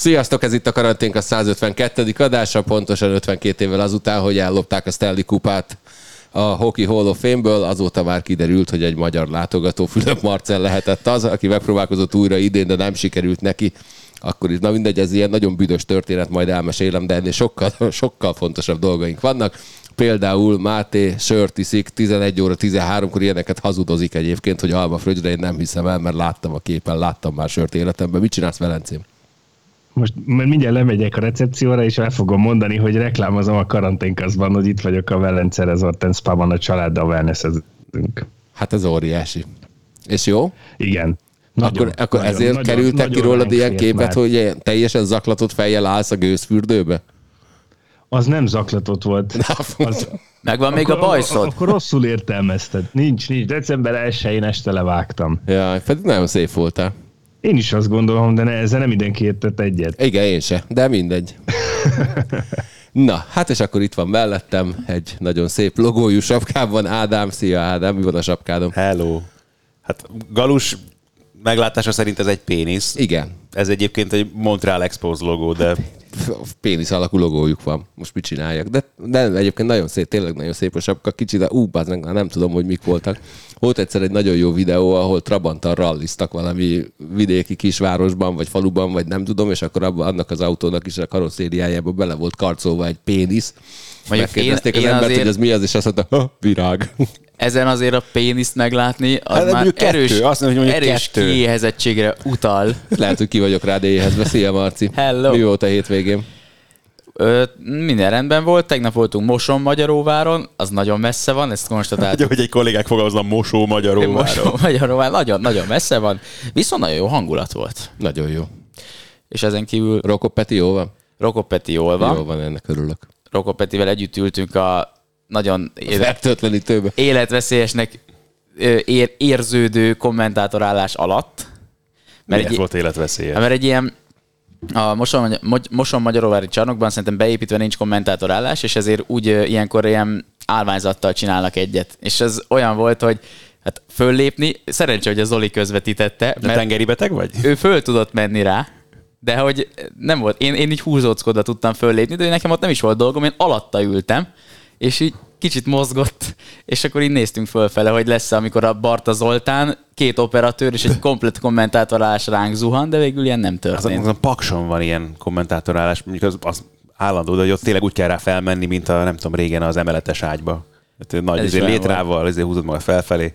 Sziasztok, ez itt a Karanténk a 152. adása, pontosan 52 évvel azután, hogy ellopták a Stanley Kupát a Hockey Hall of Fame-ből, azóta már kiderült, hogy egy magyar látogató, Fülöp Marcell lehetett az, aki megpróbálkozott újra idén, de nem sikerült neki. Akkor is, na mindegy, ez ilyen nagyon büdös történet, majd elmesélem, de ennél sokkal fontosabb dolgaink vannak. Például Máté sört iszik, 11 óra 13-kor ilyeneket hazudozik egyébként, hogy alma fröccsre, én nem hiszem el, mert láttam a képen, láttam már sört életemben. Mit csinálsz, Velencém? Most mindjárt lemegyek a recepcióra, és el fogom mondani, hogy reklámozom a Karanténkaszban, hogy itt vagyok a Velence Resort & Spa-ban, a családdal wellness-ezünk. Hát ez óriási. És jó? Igen. Akkor ezért kerültek ki rólad ilyen képet, már. Hogy teljesen zaklatott fejjel állsz a gőzfürdőbe? Az nem zaklatott volt. Megvan még a bajszod? Akkor rosszul értelmezted. Nincs. December 1-én este levágtam. Ja, pedig nagyon szép voltál. Én is azt gondolom, de ezzel nem mindenki értett egyet. Igen, én se, de mindegy. Na, hát és akkor itt van mellettem egy nagyon szép logójú sapkában Ádám. Szia Ádám, mi van a sapkádon? Hello. Hát Galus meglátása szerint ez egy pénisz. Igen. Ez egyébként egy Montreal Expos logó, de... Pénisz alakú logójuk van. Most mit csináljak? De egyébként nagyon szép, tényleg nagyon szép a sapka. Kicsit, nem tudom, hogy mik voltak. Volt egyszer egy nagyon jó videó, ahol Trabanttal ralliztak valami vidéki kisvárosban, vagy faluban, vagy nem tudom, és akkor annak az autónak is a karosszériájába bele volt karcolva egy pénisz. Megkérdezték az embert, hogy ez mi az, és azt mondta, virág. Ezen azért a péniszt meglátni, az hát már erős kiéhezettségre utal. Lehet, hogy ki vagyok rád éhezve. Szia, Marci. Hello. Mi volt a hétvégén? Minden rendben volt. Tegnap voltunk Moson-Magyaróváron, az nagyon messze van, ezt konstatáltuk. Hogy egy kollégák fogalmaznak Mosó-Magyaróváron. Nagyon messze van, viszont nagyon jó hangulat volt. Nagyon jó. És ezen kívül... Rokop Peti jól van? Rokop Peti jól van. Jól van, ennek örülök. Rokop Petivel együtt ültünk a nagyon életveszélyesnek érződő kommentátorállás alatt. Miért volt életveszélyes? Mert egy ilyen a Moson-Magyaróvári csarnokban szerintem beépítve nincs kommentátorállás, és ezért úgy ilyenkor ilyen állványzattal csinálnak egyet. És ez olyan volt, hogy hát föllépni, szerencsé, hogy a Zoli közvetítette. De tengeri beteg vagy? Ő föl tudott menni rá, de hogy nem volt. Én így húzóckodva tudtam föllépni, de nekem ott nem is volt dolgom, én alatta ültem, és így kicsit mozgott, és akkor így néztünk fölfele, hogy lesz, amikor a Barta Zoltán, 2 operatőr és egy komplet kommentátorálás ránk zuhan, de végül ilyen nem történt. Az a Pakson van ilyen kommentátorálás, mondjuk az állandó, de hogy ott tényleg úgy kell rá felmenni, mint a nem tudom régen az emeletes ágyba. Hát, nagy létrával, ezért húzod magad felfelé.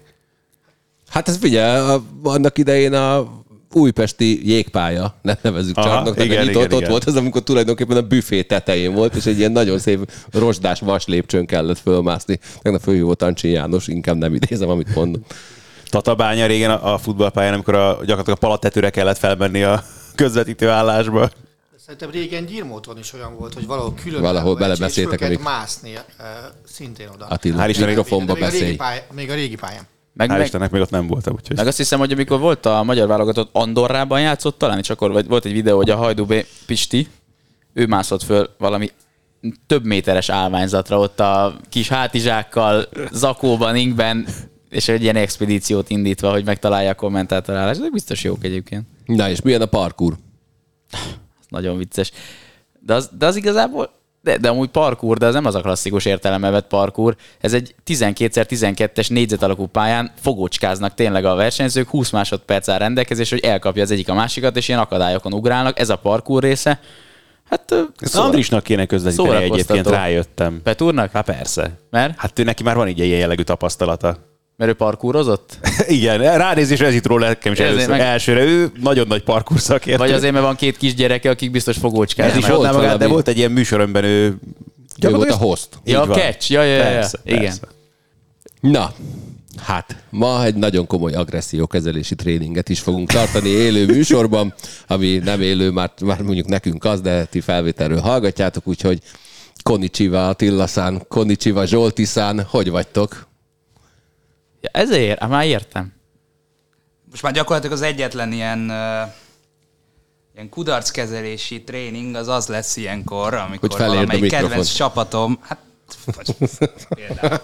Hát ez figyelj, annak idején a újpesti jégpálya, ne nevezzük csarnoknak, igen. Ott volt az, amikor tulajdonképpen a büfé tetején volt, és egy ilyen nagyon szép rozsdás vaslépcsőn kellett fölmászni. Tegnap fölhívott Tancsin János, inkább nem idézem, amit mondom. Tatabánya régen a futballpályán, amikor gyakorlatilag a palatetőre kellett felmenni a közvetítő állásba. Szerintem régen Gyirmóton is olyan volt, hogy valahol belebeszéltek, amik mászni szintén oda. Attila, és a mikrofonba beszélj. Még a régi pályán. Hál' Istennek még ott nem voltam. Úgyhogy. Meg azt hiszem, hogy amikor volt a magyar válogatott Andorrában játszott, talán és akkor volt egy videó, hogy a Hajdú Pisti, ő mászott föl valami több méteres állványzatra ott a kis hátizsákkal, zakóban, inkben, és egy ilyen expedíciót indítva, hogy megtalálja a kommentátorállást. De biztos jók egyébként. Na és milyen a parkour? Nagyon vicces. De az igazából... De amúgy parkour, de az nem az a klasszikus értelemben vett parkour. Ez egy 12x12-es négyzet alakú pályán fogócskáznak tényleg a versenyzők, 20 másodperc áll rendelkezés, hogy elkapja az egyik a másikat, és ilyen akadályokon ugrálnak. Ez a parkour része. Hát Andrisnak kéne közvetíteni egyébként, rájöttem. Petúrnak? Hát persze. Mert? Hát neki már van így ilyen jellegű tapasztalata. Mert ő parkourozott? Igen, ránézésre ez itt róla nekem is elsőre. Ő nagyon nagy parkour szakértő. Vagy azért, mert van 2 kisgyereke, akik biztos fogócskáznak. Ez is adná magát, de volt egy ilyen műsoromban ő volt a host. Ja, a catch. Ja. Persze. Igen. Na, hát ma egy nagyon komoly agressziókezelési tréninget is fogunk tartani élő műsorban, ami nem élő, már mondjuk nekünk az, de ti felvételről hallgatjátok, úgyhogy konnichiwa Attila-szán, konnichiwa Zsolti-szán, hogy vagytok? Ja, ezért? Már értem. Most már gyakorlatilag az egyetlen ilyen kudarckezelési tréning az lesz ilyenkor, amikor valamelyik kedvenc csapatom, például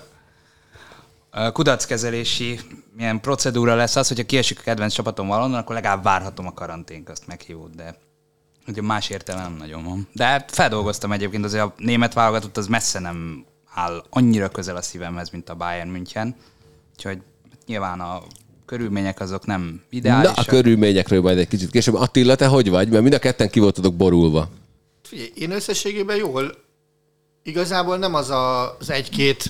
kudarckezelési milyen procedúra lesz az, hogyha kiesik a kedvenc csapatom valonnan, akkor legalább várhatom a karanténk, azt meghívót, de Ugye más értelme nem nagyon van. De hát feldolgoztam egyébként, azért a német válogatott az messze nem áll annyira közel a szívemhez, mint a Bayern München. Úgyhogy nyilván a körülmények azok nem ideálisak. Na, a körülményekről majd egy kicsit később. Attila, te hogy vagy? Mert mind a ketten ki voltatok borulva. Figyelj, én összességében jól. Igazából nem az az 1-2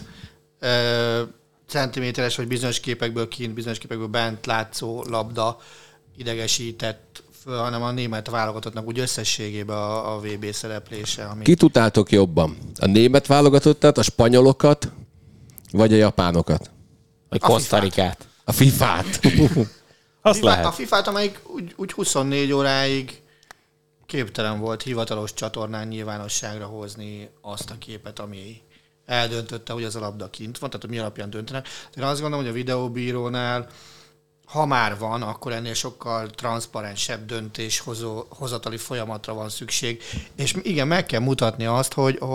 centiméteres, vagy bizonyos képekből kint, bizonyos képekből bent látszó labda idegesített föl, hanem a német válogatottnak úgy összességében a VB szereplése. Ami... Ki tudtátok jobban? A német válogatottat, a spanyolokat, vagy a japánokat? Vagy Kosztarikát? A FIFA-t. Azt lehet. A FIFA-t, amelyik úgy 24 óráig képtelen volt hivatalos csatornán nyilvánosságra hozni azt a képet, ami eldöntötte, hogy az a labda kint van, tehát hogy mi alapján döntenek. Én azt gondolom, hogy a videóbírónál, ha már van, akkor ennél sokkal transzparensebb döntéshozatali folyamatra van szükség. És igen, meg kell mutatni azt,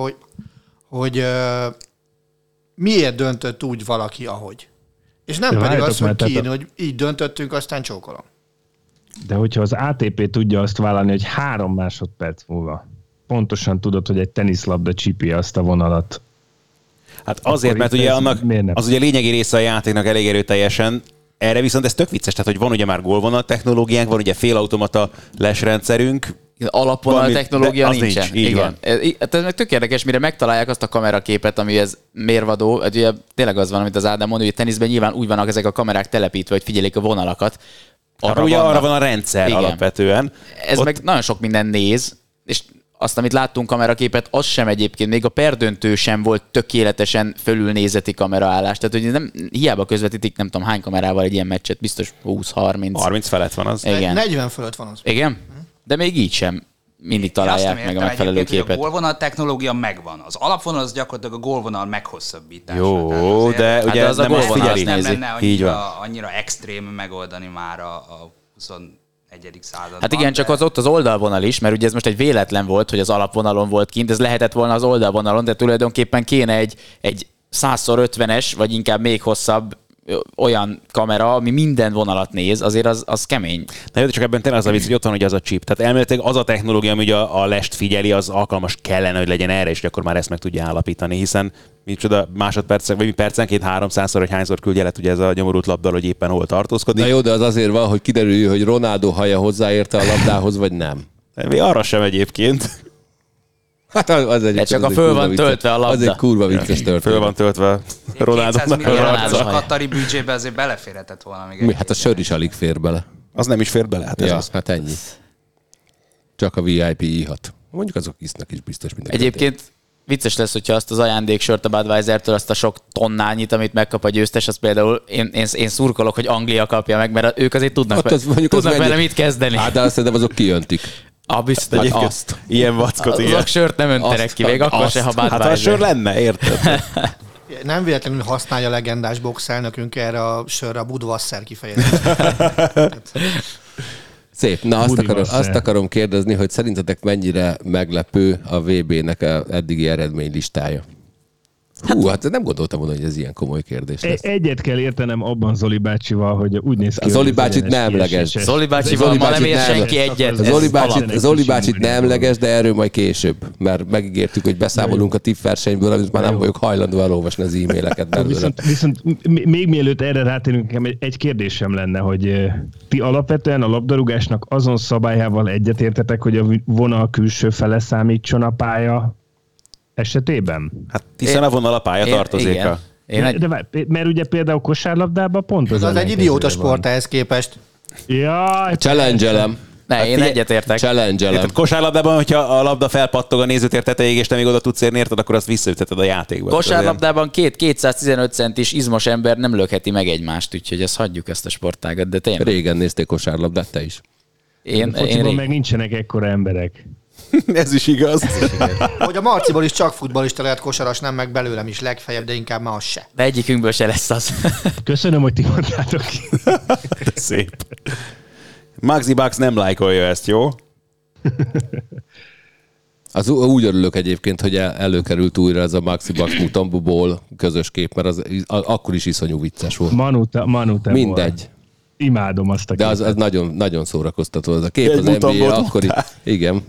hogy miért döntött úgy valaki, ahogy. És nem pedig az, hogy kiírni, hogy így döntöttünk, aztán csókolom. De hogyha az ATP tudja azt vállalni, hogy 3 másodperc múlva pontosan tudod, hogy egy teniszlabda csípi azt a vonalat. Hát azért, mert ugye annak az ugye lényegi része a játéknak elég erőteljesen. Erre viszont ez tök vicces, tehát hogy van ugye már gólvonal technológiánk, van ugye félautomata lesrendszerünk. Alapvonal technológia nincsen. Nincs, igen. Ez meg tök érdekes, mire megtalálják azt a kameraképet, ami ez mérvadó. Ugye tényleg az van, amit az Ádám mondja, hogy teniszben nyilván úgy vannak ezek a kamerák telepítve, hogy figyelik a vonalakat. Arra van a rendszer igen. Alapvetően. Ez meg nagyon sok minden néz, és azt, amit láttunk kameraképet, az sem egyébként, még a perdöntő sem volt tökéletesen fölülnézeti kameraállás. Tehát, hogy nem, hiába közvetítik, nem tudom hány kamerával egy ilyen meccset, biztos 20-30. 30 felett van az. Igen. 40 fölött van az. Igen? De még így sem mindig találják meg a megfelelő képet. A gólvonal technológia megvan. Az alapvonal az gyakorlatilag a gólvonal meghosszabbítása. Jó, de ugye az a gólvonal nem lenne annyira extrém megoldani már a 21. században. Hát igen, csak az ott az oldalvonal is, mert ugye ez most egy véletlen volt, hogy az alapvonalon volt kint, ez lehetett volna az oldalvonalon, de tulajdonképpen kéne egy 100x50-es, vagy inkább még hosszabb olyan kamera, ami minden vonalat néz, azért az kemény. Na jó, csak ebben tényleg az a vicc, hogy ott van ugye az a chip. Tehát elméletileg az a technológia, ami ugye a lest figyeli, az alkalmas kellene, hogy legyen erre, és akkor már ezt meg tudja állapítani, hiszen micsoda másodpercek, vagy percenként 300-szor, hogy hányszor küldje le ugye ez a nyomorult labda, hogy éppen hol tartózkodik. Na jó, de az azért van, hogy kiderüljön, hogy Ronaldo haja hozzáérte a labdához, vagy nem. Még arra sem egyébként. Hát az egy, csak a föl van töltve a labda. Az egy kurva vicces történet. Föl van töltve Ronaldo-nak. 200 milliárdos a katari büdzsébe azért beleférhetett volna még egy. Hát a sör is alig fér bele. Az nem is fér bele. Hát, ja, hát ennyi. Csak a VIP ihat. Mondjuk azok isznak is biztos minden. Egyébként vicces lesz, hogyha azt az ajándéksört a Budweiser-től, azt a sok tonnányit, amit megkap a győztes, az például én szurkolok, hogy Anglia kapja meg, mert ők azért tudnak vele mit kezdeni. Hát de azt szerintem azok kijöntik. Biztos, azt. Ilyen vackot, igen. Azok sört nem öntenek ki, még akkor se, ha Budweiser. Hát a sör lenne, érted? Nem véletlenül használja a legendás boxelnökünk erre a sörre a Budwasser kifejezést. Szép. Na azt akarom kérdezni, hogy szerintetek mennyire meglepő a VB-nek a eddigi eredménylistája? Hú, hát nem gondoltam volna, hogy ez ilyen komoly kérdés lesz. Egyet kell értenem abban Zoli bácsival, hogy úgy néz ki, Zoli bácsit nem emleges. Zoli bácsival ma nem ér senki egyet. Zoli bácsit nem emleges, de erről majd később. Mert megígértük, hogy beszámolunk a tippversenyből, amit már nem vagyok hajlandó elolvasni az e-maileket belőle. Viszont még mielőtt erre rátérünk, nekem egy kérdésem lenne, hogy ti alapvetően a labdarúgásnak azon szabályával egyetértetek, hogy a vonal külső fele számítson a pálya esetében? Hát hiszen a vonal a pálya tartozéka. Mert ugye például kosárlabdában pont az egy idióta sport ehhez képest. Jaj, challenge-elem. Ne, én egyetértek. Challenge-elem. Kosárlabdában, hogyha a labda felpattog a nézőtér tetejéig, és te még oda tudsz érni, érted, akkor azt visszaütheted a játékba. Kosárlabdában 215 centis izmos ember nem lökheti meg egymást, úgyhogy ezt hagyjuk ezt a sportágat, de tényleg. Régen nézték kosárlabdát, te is. Fociban meg nincsenek ekkora emberek. Ez is igaz. Hogy a Marciból is csak futballista lehet, kosaras nem, meg belőlem is legfeljebb, de inkább már az se. De egyikünkből se lesz az. Köszönöm, hogy ti mondtátok. Szép. Maxi Bucks nem lájkolja ezt, jó? Az úgy örülök egyébként, hogy előkerült újra ez a Maxi Bucks Mutombo közös kép, mert az akkor is iszonyú vicces volt. Manute mindegy. imádom azt a De képet. az nagyon, nagyon szórakoztató az a kép, Egy az muton NBA volt, akkori. Igen.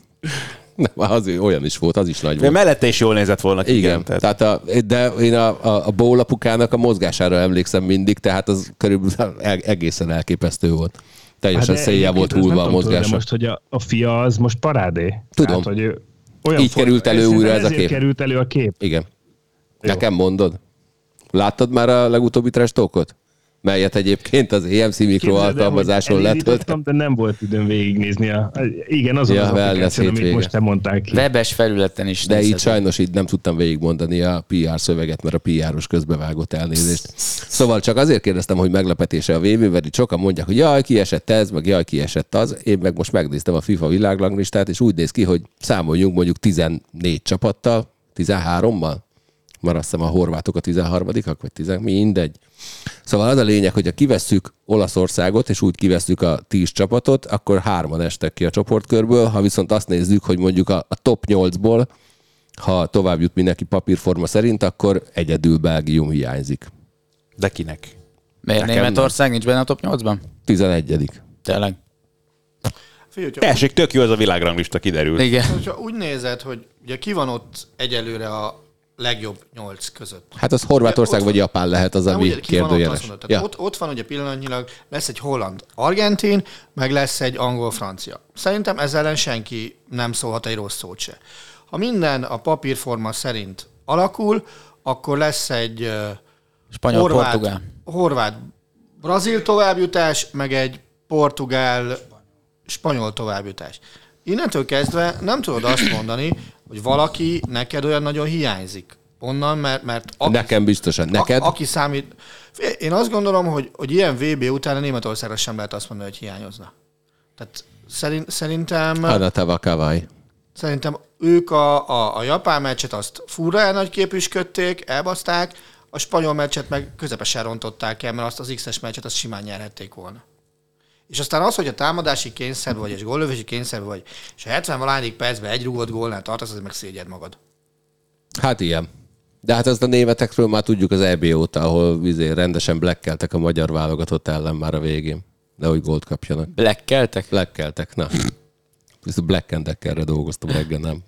Nem, az olyan is volt, az is nagy volt. Mellette is jól nézett volna ki. Igen, tehát de én a Bowl apukának a mozgására emlékszem mindig, tehát az körülbelül egészen elképesztő volt. Teljesen de széjjel volt egyébként hullva a nem tudom, mozgása. de most, hogy a fia az most parádé. Tudom. Tehát, hogy ő olyan Így került elő újra ez a ezért kép. került elő a kép. Igen. Nekem mondod? Láttad már a legutóbbi trash talkot? Melyet egyébként az EMC mikro alkalmazáson letöltött? letöltöttem, de nem volt időm végignézni. Igen, azon Ja, az wellness applikáción, amit hétvége. most te mondtál ki. Webes felületen is. De így nézheted. sajnos így nem tudtam végigmondani a PR szöveget, mert a PR-os közbevágott elnézést. Szóval csak azért kérdeztem, hogy meglepetése a VB, mert itt sokan mondják, hogy jaj, kiesett ez, meg jaj, kiesett az. Én meg most megnéztem a FIFA világranglistát, és úgy néz ki, hogy számoljunk mondjuk 14 csapattal, 13-mal. Már azt hiszem a horvátok a 13-ak, vagy 10, mindegy. Szóval az a lényeg, hogy ha kivesszük Olaszországot, és úgy kivesszük a 10 csapatot, akkor 3-an estek ki a csoportkörből. Ha viszont azt nézzük, hogy mondjuk a top 8-ból, ha tovább jut mindenki papírforma szerint, akkor egyedül Belgium hiányzik. De kinek? Miért Nekem Németország nincs benne a top 8-ban? 11. Tényleg? Figyelj, hogyha, Tessék, tök jó az a világranglista, kiderült. Igen. hogyha úgy nézed, hogy ugye ki van ott egyelőre a legjobb 8 között. Hát az Horvátország Ott vagy van. Japán lehet az, Nem, ami ugye, ki van ott, azt kérdőjeles. mondod. Tehát Ja. ott van ugye pillanatnyilag, lesz egy holland-argentin, meg lesz egy angol-francia. Szerintem ezzel ellen senki nem szólhat egy rossz szót se. Ha minden a papírforma szerint alakul, akkor lesz egy Spanyol-portugál. horvát-brazil továbbjutás, meg egy portugál-spanyol továbbjutás. Innentől kezdve nem tudod azt mondani, hogy valaki neked olyan nagyon hiányzik. Onnan, mert Nekem biztosan. Neked? aki számít... Én azt gondolom, hogy ilyen VB után a Németországra sem lehet azt mondani, hogy hiányozna. Tehát szerintem ők a japán meccset azt furra elnagyképűsködték, elbaszták, a spanyol meccset meg közepesen rontották el, mert azt az X-es meccset azt simán nyerhették volna. És aztán az, hogy a támadási kényszer vagy, és góllövési kényszer vagy, és a 70-valány percben egy rúgott gólnál tartasz, az meg szégyed magad. Hát ilyen. De hát ezt a németekről már tudjuk az EB óta, ahol rendesen blackeltek a magyar válogatott ellen már a végén. Nehogy gólt kapjanak. Blackkeltek? Blackeltek, na. Viszont Black and Deckerre dolgoztam reggel, nem?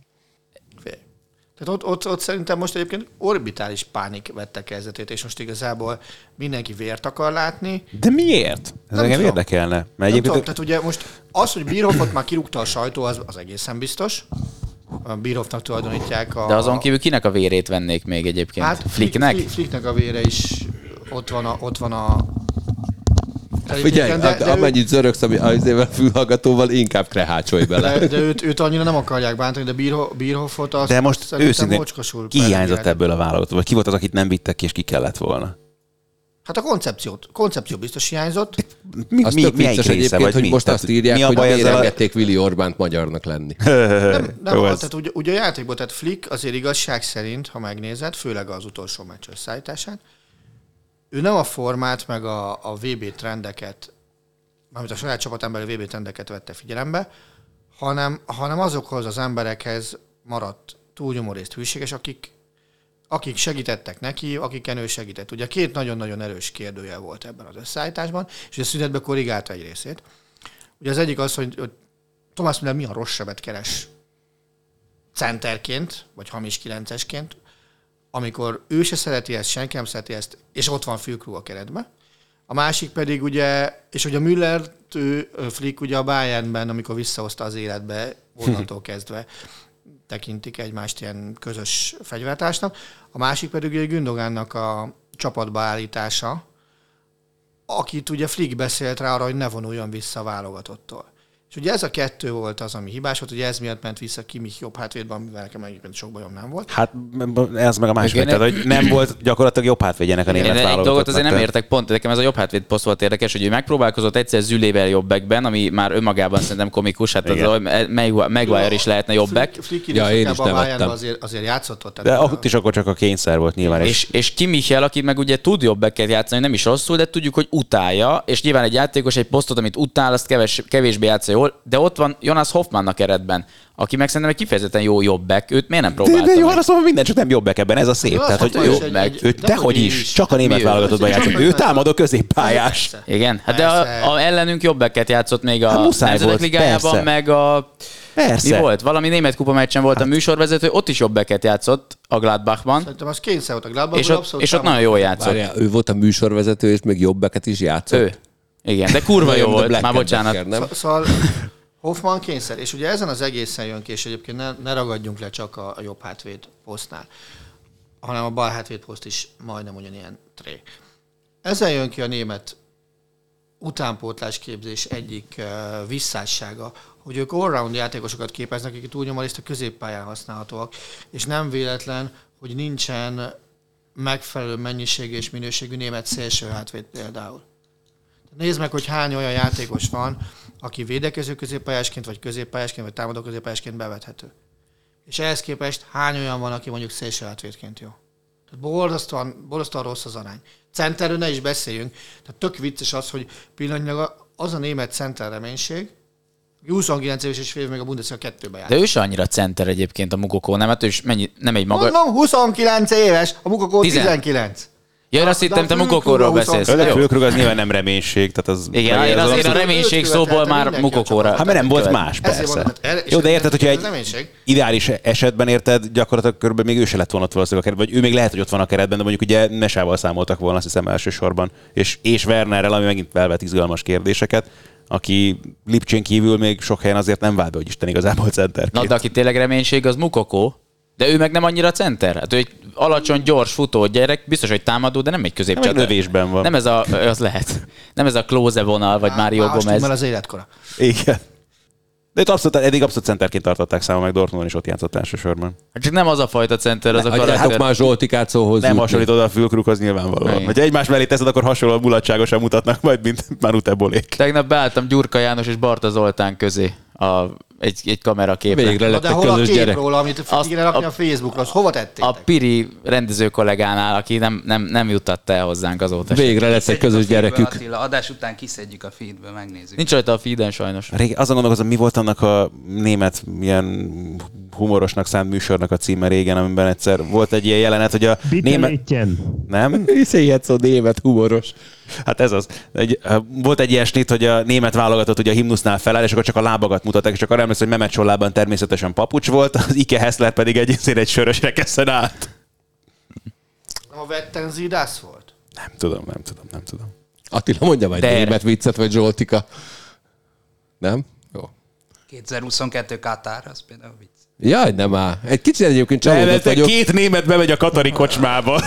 Tehát ott szerintem most egyébként orbitális pánik vette kezdetét, és most igazából mindenki vért akar látni. De miért? Ez engem tudom. érdekelne. Mert Nem egyébként tudom, tehát ugye most az, hogy Bierhoffot már kirúgta a sajtó, az egészen biztos. A Bierhoffnak tulajdonítják a... De azon kívül kinek a vérét vennék még egyébként? Hát Flicknek? Flicknek a vére is ott van a Figyelj, amennyit zörögsz az éve fülhallgatóval, inkább krehácsolj bele. de őt annyira nem akarják bántani, de Bierhoffot azt de most szerintem őszintén, mocskosul ki hiányzott perengják. ebből a válogatott? Vagy ki volt az, akit nem vittek ki, és ki kellett volna? Hát a koncepció biztos hiányzott. Az tök vicces egyébként, hogy most azt írják, hogy miért engedték Willy Orbánt magyarnak lenni. Nem, Jó, tehát ugye a játékban, tehát Flick azért igazság szerint, ha megnézed, főleg az utolsó meccs összeállítását, ő nem a formát, meg a VB trendeket, mármint a saját csapatán belül VB trendeket vette figyelembe, hanem azokhoz az emberekhez maradt túlnyomórészt hűséges, akik segítettek neki, akiken ő segített. Ugye két nagyon-nagyon erős kérdőjel volt ebben az összeállításban, és a szünetbe korrigálta egy részét. Ugye az egyik az, hogy Thomas Müller milyen rossz sebet keres centerként, vagy hamis kilencesként, amikor ő se szereti ezt, senki nem szereti ezt, és ott van Füllkrug a keretben. A másik pedig ugye, és ugye a Müllert, Flick ugye a Bayernben, amikor visszahozta az életbe, onnantól kezdve tekintik egymást ilyen közös fegyvertársnak. A másik pedig ugye Gündogánnak a csapatba állítása, akit ugye Flick beszélt rá arra, hogy ne vonuljon vissza a válogatottól. És ugye ez a kettő volt az, ami hibás volt, ugye ez miatt ment vissza Kimmich jobb hátvédben, amivel nekem egyébként sok bajom nem volt. Hát ez meg a másik, Igen, tehát, hogy nem volt gyakorlatilag jobb hátvédjenek a német Én egy válogatottnak. dolgot azért nem értek pont, nekem ez a jobb hátvéd poszt volt érdekes, hogy ő megpróbálkozott egyszer Zülével jobbekben, ami már önmagában szerintem komikus, hát az Maguire is lehetne jobbek. Flick Ja, én is nevettem. azért játszott ott. De ott is akkor csak a kényszer volt nyilván. És Kimmichel, aki meg ugye tud jobbeket játszani, nem is rosszul, de tudjuk, hogy utálja, és nyilván egy játékos egy posztot, amit utál, azt kevésbé játsza jól, de ott van Jonas Hoffmannnak eredben, aki meg szerintem egy kifejezetten jó jobbek, őt miért nem próbálta De meg? Johannes Hoffmann minden, csak nem jobbek ebben, ez a szép. Tehát, hogy jó, ő dehogy is, csak a német válogatottban játszott. Ő támadó középpályás. Igen, hát de a ellenünk jobbeket játszott még a muszáj Nemzetek volt, Ligájában, persze. meg a... Persze. Mi volt? Valami német kupa meccsen volt a műsorvezető, ott is jobbeket játszott a Gladbachban, Szerintem az kényszer volt a Gladbachban. és ott nagyon jól játszott. Várjál, ő volt a műsorvezető, és még jobbeket is játszott. Ő. Igen, de kurva jó Olyan, volt, Black már and bocsánat. Decker, nem? Szóval Hoffmann kényszer, és ugye ezen az egészen jön ki, és egyébként ne ragadjunk le csak a jobb hátvéd posztnál, hanem a bal hátvéd poszt is majdnem ugyanilyen tré. Ezen jön ki a német utánpótlásképzés egyik visszássága, hogy ők all-round játékosokat képeznek, akik túlnyomó részt a középpályán használhatóak, és nem véletlen, hogy nincsen megfelelő mennyiségű és minőségű német szélső hátvéd például. Nézd meg, hogy hány olyan játékos van, aki védekező középpályásként, vagy középpályásként, vagy támadó középpályásként bevethető. És ehhez képest hány olyan van, aki mondjuk szélső hátvédként jó. Tehát borzasztóan rossz az arány. Centerről ne is beszéljünk. Tehát tök vicces az, hogy pillanatnyilag az a német center reménység, 29 éves és fél még a Bundesliga 2-be járt. De ő se annyira center egyébként a Mukoko, nem? Hát ő is nem egy maga... Mondom, 29 éves, a Mukoko 19. Ja, én azt hittem, te Mukokóról beszélsz. A Jó. fölkrug az nyilván nem reménység. Tehát az Igen, én azért a reménység szóból már Mukokóra... Hát mert nem volt más, persze. Jó, de érted, hogyha egy ideális esetben érted, gyakorlatilag körülbelül még ő se lett volna ott valószínűleg a keretben, vagy ő még lehet, hogy ott van a keretben, de mondjuk ugye Nesával számoltak volna, azt hiszem elsősorban. És Wernerrel, ami megint felvet izgalmas kérdéseket, aki Lipcsén kívül még sok helyen azért nem vált be, hogy Isten igazából centerként. Na, de aki tényleg reménység, az Mukoko, de ő meg nem annyira center. Hát ő egy alacsony, gyors, futó gyerek, biztos, hogy támadó, de nem egy középcsatár. Növésben van. Nem ez a, az lehet. Nem ez a Klose vonal, vagy Mário Gomez. Már az életkora. Igen. De eddig abszolút centerként tartották számon, meg Dortmundon is ott játszott elsősorban. Hát csak nem az a fajta center, az a Hagyjátok karakter. már Zsoltikát szóhoz Nem jutni. hasonlít oda a fülkrughoz nyilvánvalóan. Igen. Ha egymás mellé teszed, akkor hasonlóan mulatságosan mutatnak majd, mint Manute Bolék. Tegnap beálltam Gyurka János és Barta Zoltán közé egy kameraképre. Végre Na lett de egy hol a közös kép gyerek. róla, amit kéne rakni a Facebookra, azt hova tettétek? A Piri rendező kollégánál, aki nem juttatta el hozzánk azóta. Végre lesz egy Kiszedjük közös a feedből, gyerekük. Attila, adás után kiszedjük a feedből, megnézzük. Nincs rajta a feeden sajnos. Régen azon gondolkozom, mi volt annak a német ilyen humorosnak szánt műsornak a címe régen, amiben egyszer volt egy ilyen jelenet, hogy a német... Bitelétjen. Nem? Iszélyed szó német humoros. Hát ez az. Volt egy ilyen snit, hogy a német válogatott ugye a himnusznál feláll, és akkor csak a lábakat mutatták, és csak arra emlékszem, hogy Mehmet Csollában természetesen papucs volt, az Ike Hessler pedig egy sörös rekesszen állt. A Wetten Zidász volt? Nem tudom. Attila, mondja majd De- német viccet, vagy Zsoltika. Nem? Jó. 2022 Katár, az például vicc. Jaj, nem áll. Egy kicsit egyébként csalódott vagyok. Két német bemegy a katari kocsmába.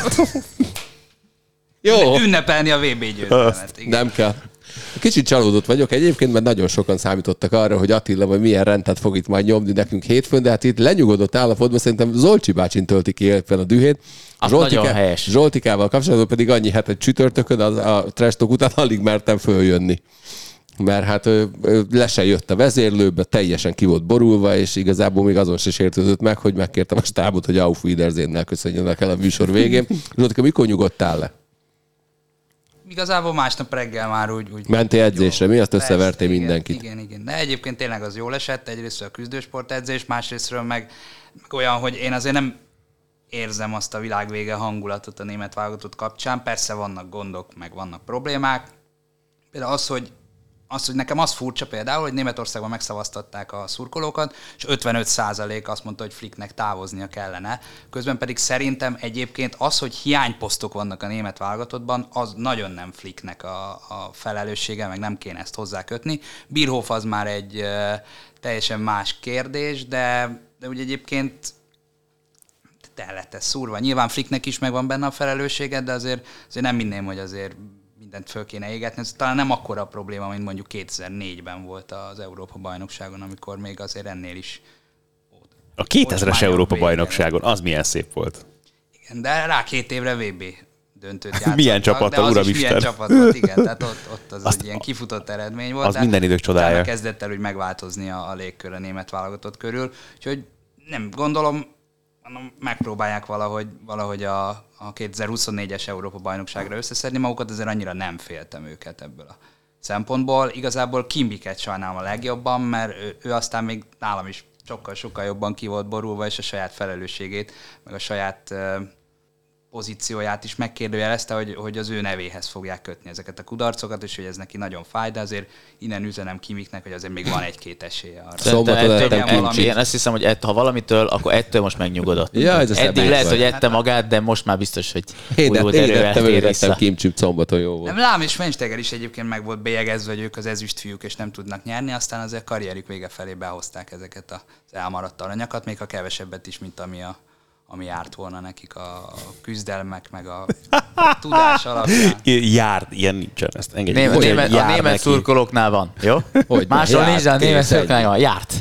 Jó, Ünnepelni a VB győzelmet. igen. nem kell. Kicsit csalódott vagyok egyébként, mert nagyon sokan számítottak arra, hogy Attila vagy milyen rendet fog itt majd nyomni nekünk hétfőn, de hát itt lenyugodott állapotban szerintem Zolcsi bácsin tölti ki éppen a dühét. Az nagyon helyes. Zsoltikával kapcsolatban pedig annyi, hát egy csütörtökön a trash talk után alig mertem följönni. Mert hát ő le se jött a vezérlőbe, teljesen ki volt borulva, és igazából még azon se sértődött meg, hogy megkértem a stábot, hogy Auf Wiedersehennel köszönjenek el a műsor végén. Zsoltika, mikor nyugodtál le? Igazából másnap reggel már úgy Mentél edzésre, mi? Azt Persze, összevertél igen, mindenkit. Igen. De egyébként tényleg az jól esett, egyrésztről a küzdősport edzés, másrésztről meg olyan, hogy én azért nem érzem azt a világvége hangulatot a német válogatott kapcsán. Persze vannak gondok, meg vannak problémák. Például az, hogy nekem az furcsa például, hogy Németországban megszavaztatták a szurkolókat, és 55% azt mondta, hogy Flicknek távoznia kellene. Közben pedig szerintem egyébként az, hogy hiányposztok vannak a német válogatottban, az nagyon nem Flicknek a felelőssége, meg nem kéne ezt hozzákötni. Bierhoff az már egy teljesen más kérdés, de ugye egyébként el lett ez szúrva. Nyilván Flicknek is megvan benne a felelőssége, de azért nem minném, hogy azért mindent föl kéne égetni. Ez talán nem akkora a probléma, mint mondjuk 2004-ben volt az Európa-bajnokságon, amikor még azért ennél is... A 2000-es Európa-bajnokságon, az milyen szép volt. Igen, de rá 2 évre VB döntőt játszottak. Milyen csapattal, uramisten. Milyen csapat volt, igen, tehát ott az egy ilyen kifutott eredmény volt. Az minden idők csodája. Utána kezdett el úgy megváltozni a légkör a német válogatott körül, úgyhogy nem gondolom, megpróbálják valahogy a 2024-es Európa-bajnokságra összeszedni magukat, azért annyira nem féltem őket ebből a szempontból. Igazából Kimmiket sajnálom a legjobban, mert ő aztán még nálam is sokkal jobban ki volt borulva, és a saját felelősségét, meg a saját pozícióját is megkérdőjelezte, hogy az ő nevéhez fogják kötni ezeket a kudarcokat, és hogy ez neki nagyon fáj, de azért innen üzenem Kimmiknek, hogy azért még van egy-két esélye arra. Szombaton ettem kimcsit. Én azt hiszem, hogy ha valamitől, akkor ettől most megnyugodott. Ja, eddig lehet, hogy ette magát, de most már biztos, hogy én tér vissza. ettem kimcsit, szombaton jó volt. Nem, Lám és Schweinsteiger is egyébként meg volt bélyegezve, hogy ők az ezüst fiúk, és nem tudnak nyerni, aztán azért karrierük vége felé behozták ezeket az elmaradt aranyakat, még ha kevesebbet is, mint ami járt volna nekik a küzdelmek, meg a tudás alapján. Ilyen nincsen, ezt engedjük. A német szurkolóknál van, jó? Hogy máshol nincs, de a német szurkolóknál van. Járt.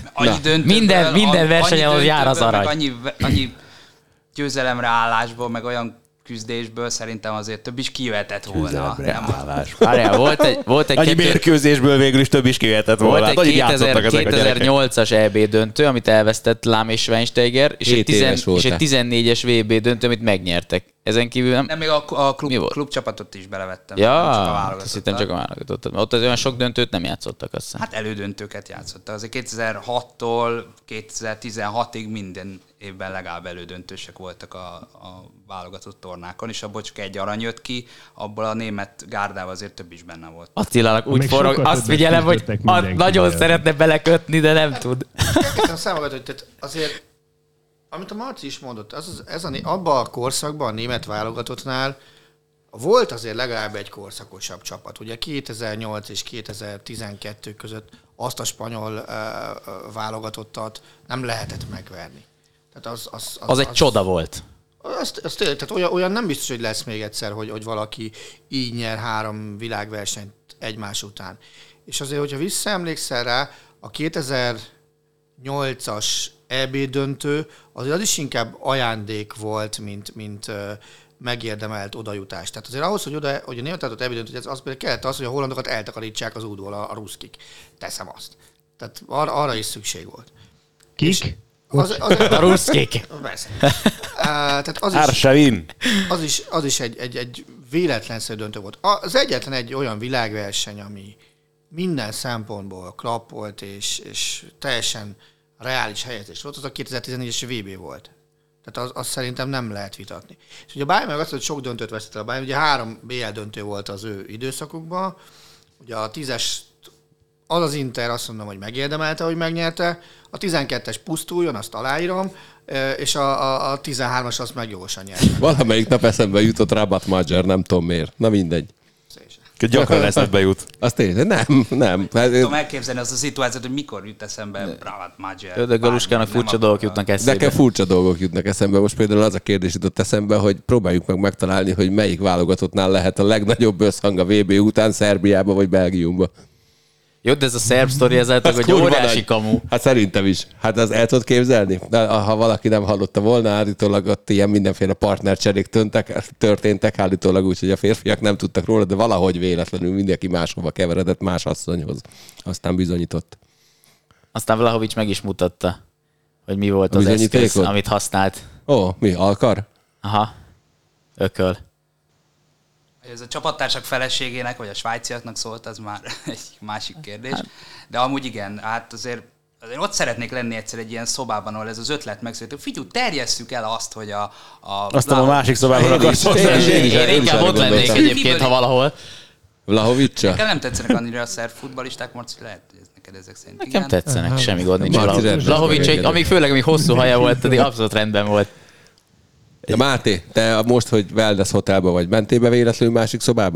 Minden versenyen, ahol jár az arany. Annyi győzelemre állásból, meg olyan küzdésből szerintem azért több is kijöhetett volna. Várjál, volt egy annyi mérkőzésből végül is több is kijöhetett volna. Volt egy 2008-as EB döntő, amit elvesztett Lám és Schweinsteiger, és egy 14-es VB döntő, amit megnyertek. Ezen kívül nem... Nem, még a klubcsapatot is belevettem. Ja, azt hittem csak a válogatottat. Ott az olyan sok döntőt nem játszottak, azt hiszem. Hát elődöntőket játszottak. Azért 2006-tól 2016-ig minden évben legalább elődöntősek voltak a válogatott tornákon, és abból csak egy arany jött ki, abból a német gárdával azért több is benne volt. Attilának úgy forog, azt figyelem, hogy nagyon szeretne belekötni, de nem tud. Elkezdtem számogatni, hogy azért amit a Marci is mondott, abban a korszakban, a német válogatottnál volt azért legalább egy korszakosabb csapat. Ugye 2008 és 2012 között azt a spanyol válogatottat nem lehetett megverni. Tehát az egy csoda volt. Az tényleg, tehát olyan nem biztos, hogy lesz még egyszer, hogy valaki így nyer 3 világversenyt egymás után. És azért, hogyha visszaemlékszel rá, a 2008-as EB döntő, az is inkább ajándék volt, mint megérdemelt odajutás. Tehát azért ahhoz, hogy a németet EB döntő, az például kellett az, hogy a hollandokat eltakarítsák az útból a ruszkik. Teszem azt. Tehát arra is szükség volt. Kik? A ruszkik. Persze. Tehát az is egy véletlenszerű döntő volt. Az egyetlen egy olyan világverseny, ami minden szempontból klappolt és teljesen reális helyezés volt, az a 2014-es VB volt. Tehát az szerintem nem lehet vitatni. És ugye a Bayern meg azt, hogy sok döntőt vesztett el a Bayern, ugye 3 BL döntő volt az ő időszakukban, ugye a 10-es az Inter azt mondom, hogy megérdemelte, hogy megnyerte, a 12-es pusztuljon, azt aláírom, és a 13-as azt meg jósan nyerte. Valamelyik nap eszembe jutott Rabat Magyar, nem tudom miért. Na mindegy. Gyakran eszedbe jut. Azt tényleg, nem. Tudom elképzelni azt a szituációt, hogy mikor jut eszembe Rabat Magyar. De Galuskának furcsa dolgok jutnak eszembe. Nekem furcsa dolgok jutnak eszembe. Most például az a kérdés jutott eszembe, hogy próbáljuk meg megtalálni, hogy melyik válogatottnál lehet a legnagyobb összhang a VB után, Szerbiába vagy Belgiumba. Jó, de ez a szerb sztori ezáltal, hogy óriási kamu. Hát szerintem is. Hát az el tudod képzelni? De ha valaki nem hallotta volna, állítólag ott ilyen mindenféle partnercserék történtek, állítólag úgy, hogy a férfiak nem tudtak róla, de valahogy véletlenül mindenki máshova keveredett, más asszonyhoz. Aztán bizonyított. Aztán Vlahovics meg is mutatta, hogy mi volt az eszköz, amit használt. Ó, mi? Alkar? Aha. Ököl. Ez a csapattársak feleségének, vagy a svájciaknak szólt, az már egy másik kérdés. De amúgy igen, hát azért ott szeretnék lenni egyszer egy ilyen szobában, ahol ez az ötlet megszületik. Figyelj, terjesszük el azt, hogy aztán a másik szobában akarsz. Én inkább ott lennék egyébként, ha valahol. Vlahovicsa? Nekem nem tetszenek annyira a szerb futballisták, Marci, lehet, hogy ez neked ezek szerint. Nekem tetszenek, semmi gond nincs. Vlahovics, főleg hosszú haja volt, addig abszolút rendben volt. De Máté, te most, hogy Wellness Hotelba vagy, mentél be véletlenül másik szobába?